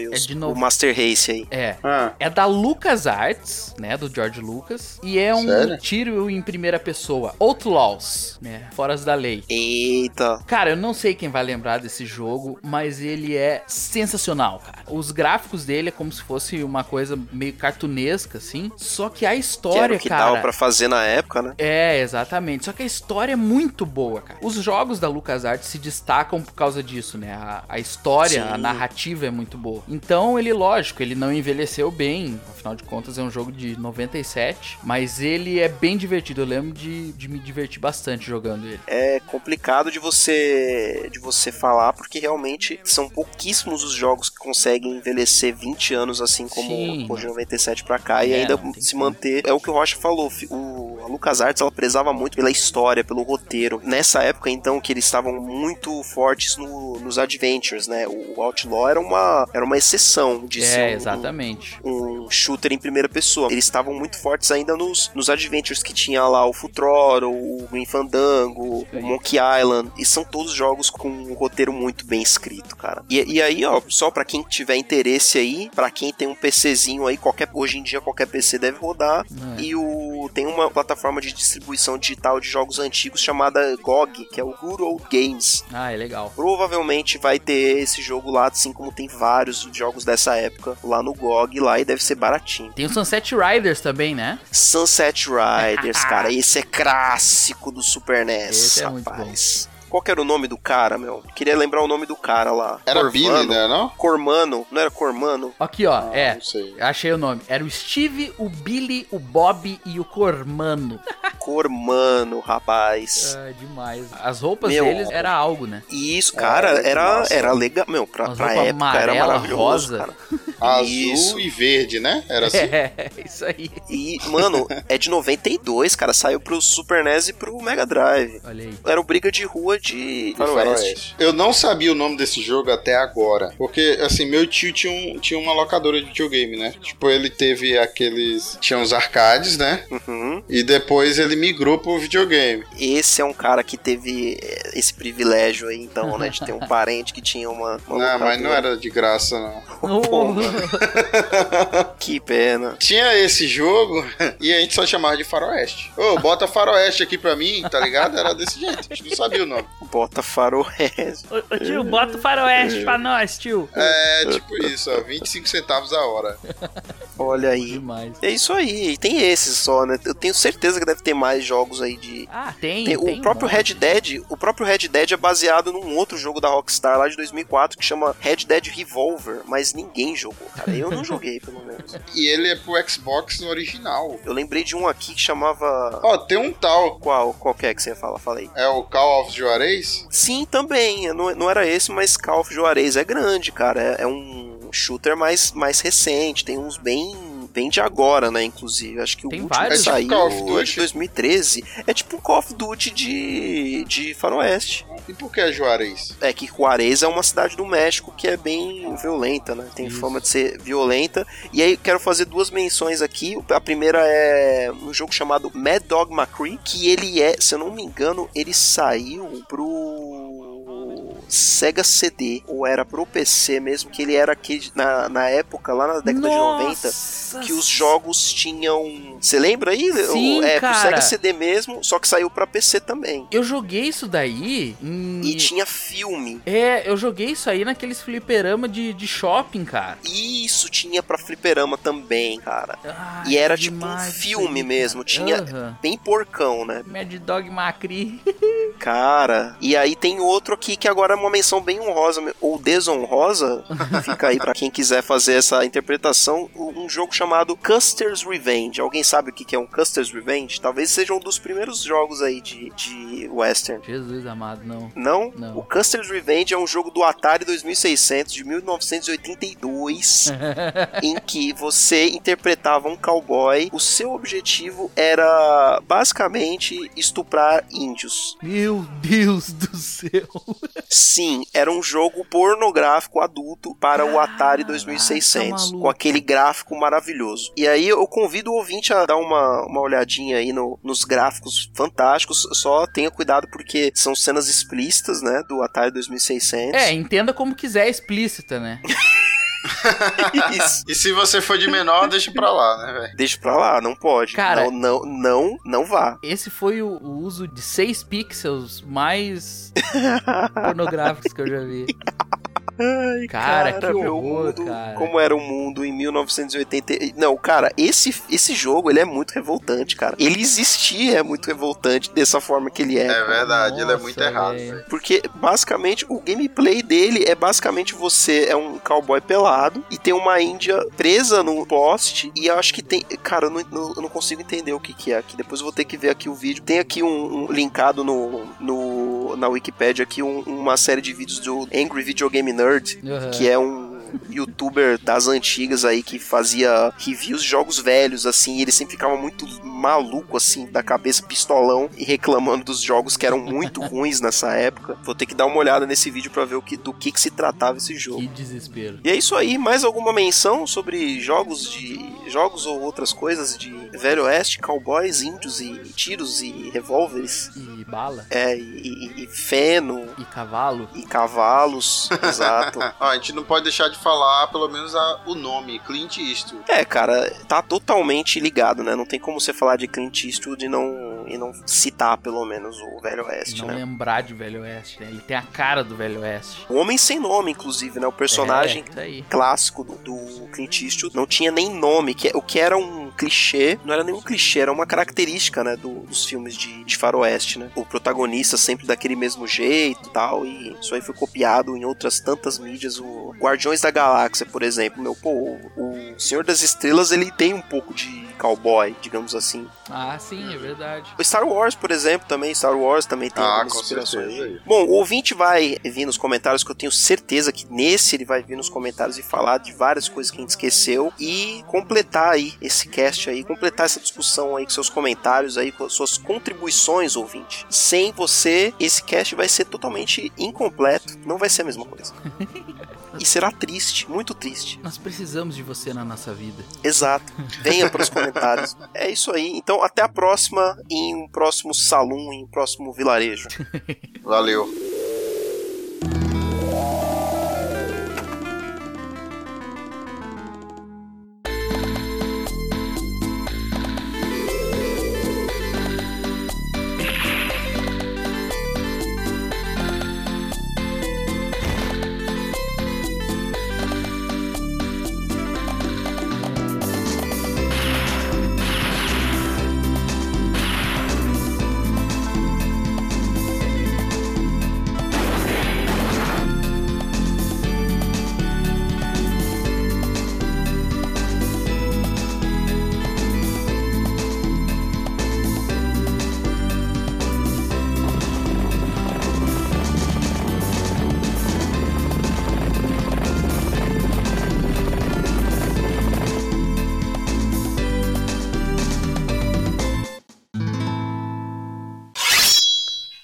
O Master Race aí. É da LucasArts, né, do George Lucas, e é um tiro em primeira pessoa, Outlaws, né, Foras da Lei. Eita. Cara, eu não sei quem vai lembrar desse jogo, mas ele é sensacional, cara. Os gráficos dele é como se fosse uma coisa meio cartunesca, assim, só que a história, que era o que dava pra fazer na época, né? É, exatamente, só que a história é muito boa, cara. Os jogos da LucasArts se destacam por causa disso, né, a história, a narrativa é muito boa. Então, lógico, ele não envelheceu bem, afinal de contas é um jogo de 97, mas ele é bem divertido, eu lembro de me divertir bastante jogando ele. É complicado de você falar, porque realmente são pouquíssimos os jogos que conseguem envelhecer 20 anos assim como o de 97 pra cá e ainda se manter. É o que o Rocha falou, a LucasArts, ela prezava muito pela história, pelo roteiro. Nessa época, então, que eles estavam muito fortes nos adventures, né? O Outlaw era uma exceção de ser exatamente. Um shooter em primeira pessoa. Eles estavam muito fortes ainda nos adventures que tinha lá o Full Throttle, o Grim Fandango, o Monkey Island, e são todos jogos com um roteiro muito bem escrito, cara. E aí, ó, só pra quem tiver interesse aí, pra quem tem um PCzinho aí, hoje em dia qualquer PC deve rodar, e tem uma plataforma de distribuição digital de jogos antigos chamada GOG, que é o Good Old Games. Ah, é legal. Provavelmente vai ter esse jogo lá, assim como tem vários jogos dessa época lá no GOG lá, e deve ser baratinho. Tem o Sunset Riders também, né? Sunset Riders, cara, esse é clássico do Super NES, esse é rapaz. Muito bom. Qual que era o nome do cara, meu? Queria lembrar o nome do cara lá. Era Corvano? Billy, né, não? Cormano, não era Cormano? Aqui, ó, Não sei. achei o nome. Era o Steve, o Billy, o Bob e o Cormano. Cormano, rapaz. Demais. As roupas deles era algo, né? Isso, cara, era legal. Meu, pra época era maravilhoso, rosa. cara. azul e verde, né? Era assim? É, isso aí. E, mano, é de 92, cara. Saiu pro Super NES e pro Mega Drive. Olha aí. Era o briga de rua de faroeste. Eu não sabia o nome desse jogo até agora. Porque, assim, meu tio tinha uma locadora de videogame, né? Tipo, ele teve aqueles... Tinha uns arcades, né? Uhum. E depois ele migrou pro videogame. Esse é um cara que teve esse privilégio aí, então, né? De ter um parente que tinha uma Não, mas não era de graça, não. Pô, que pena. Tinha esse jogo e a gente só chamava de faroeste. Ô, bota faroeste aqui pra mim, tá ligado? Era desse jeito. A gente não sabia o nome. Bota faroeste. Ô tio, bota o faroeste pra nós, tio. É, tipo isso, ó. 25 centavos a hora. Olha aí. Demais. É isso aí. Tem esses só, né? Eu tenho certeza que deve ter mais jogos aí de... Ah, tem o próprio Red Dead. O próprio Red Dead é baseado num outro jogo da Rockstar lá de 2004 que chama Red Dead Revolver, mas ninguém jogou, cara. Eu não joguei, pelo menos. E ele é pro Xbox original. Eu lembrei de um aqui que chamava... Ó, tem um tal. Qual que é que você ia falar? Fala aí. É o Call of Juarez? Sim, também. Não era esse, mas Call of Juarez é grande, cara. É um shooter mais recente. Tem uns bem de agora, né, inclusive. Acho que tem o último vários. que saiu Call of Duty? de 2013 é tipo um Call of Duty de faroeste. E por que Juarez? É que Juarez é uma cidade do México que é bem violenta, né? Tem fama de ser violenta. E aí quero fazer duas menções aqui. A primeira é um jogo chamado Mad Dog McCree, que ele é, se eu não me engano, ele saiu pro Sega CD, ou era pro PC mesmo, que ele era aquele, na época, lá na década de 90, que os jogos tinham... Você lembra aí? Sim, pro cara. Sega CD mesmo, só que saiu pra PC também. Eu joguei isso daí E tinha filme. É, eu joguei isso aí naqueles fliperama de shopping, cara. Isso, tinha pra fliperama também, cara. Ai, E era demais tipo um filme isso aí, mesmo, cara. tinha Aham. bem porcão, né? Mad Dog Macri. Cara, e aí tem outro aqui que agora é uma menção bem honrosa, ou desonrosa, fica aí pra quem quiser fazer essa interpretação, um jogo chamado Custer's Revenge. Alguém sabe o que é um Custer's Revenge? Talvez seja um dos primeiros jogos aí de western. Jesus amado, não. Não? Não. O Custer's Revenge é um jogo do Atari 2600 de 1982 em que você interpretava um cowboy. O seu objetivo era basicamente estuprar índios. Meu Deus do céu. Sim, era um jogo pornográfico adulto para o Atari 2600, maluco. com aquele gráfico maravilhoso. E aí eu convido o ouvinte a dar uma olhadinha aí nos gráficos fantásticos, só tenha cuidado porque são cenas explícitas, né, do Atari 2600. É, entenda como quiser, explícita, né? Isso. E se você for de menor, deixa pra lá, né, velho? Deixa pra lá, não pode. Cara, não vá. Esse foi o uso de 6 pixels mais pornográficos que eu já vi. Ai, Cara, que meu horror, mundo, cara. como era o mundo em 1980. Não, cara, esse jogo, ele é muito revoltante, cara. Ele existia, é muito revoltante dessa forma que ele é. É verdade, ele é Nossa, muito errado, velho. velho. Porque, basicamente, o gameplay dele é basicamente você é um cowboy pelado e tem uma índia presa no poste e eu acho que tem... Cara, eu não consigo entender o que é aqui. Depois eu vou ter que ver aqui o vídeo. Tem aqui um linkado na Wikipedia aqui uma série de vídeos do Angry Video Game Nerd, Uhum. que é um youtuber das antigas aí que fazia reviews de jogos velhos, assim, e ele sempre ficava muito maluco, assim, da cabeça, pistolão, e reclamando dos jogos que eram muito ruins nessa época. Vou ter que dar uma olhada nesse vídeo pra ver do que se tratava esse jogo. Que desespero. E é isso aí, mais alguma menção sobre jogos ou outras coisas de Velho Oeste, cowboys, índios e tiros e revólveres? E bala. É, e feno. E cavalo. E cavalos, exato. Ó, a gente não pode deixar de falar, pelo menos, o nome, Clint Eastwood. É, cara, tá totalmente ligado, né? Não tem como você falar de Clint Eastwood e não citar, pelo menos, o Velho Oeste, Não né? lembrar de Velho Oeste, né? Ele tem a cara do Velho Oeste. O Homem Sem Nome, inclusive, né? O personagem É, daí. clássico do Clint Eastwood não tinha nem nome, o que era um clichê, não era nenhum clichê, era uma característica, né, dos filmes de faroeste, né? O protagonista sempre daquele mesmo jeito e tal, e isso aí foi copiado em outras tantas mídias. O Guardiões da Galáxia, por exemplo, o Senhor das Estrelas, ele tem um pouco de cowboy, digamos assim. Ah, sim, é verdade. O Star Wars, por exemplo, também tem algumas inspirações. Bom, o ouvinte vai vir nos comentários, que eu tenho certeza que nesse ele vai vir nos comentários e falar de várias coisas que a gente esqueceu e completar aí esse cast aí, completar essa discussão aí com seus comentários aí, com suas contribuições, ouvinte. Sem você, esse cast vai ser totalmente incompleto, não vai ser a mesma coisa. E será triste, muito triste. Nós precisamos de você na nossa vida. Exato. Venha para os comentários. É isso aí. Então, até a próxima, em um próximo salão, em um próximo vilarejo. Valeu.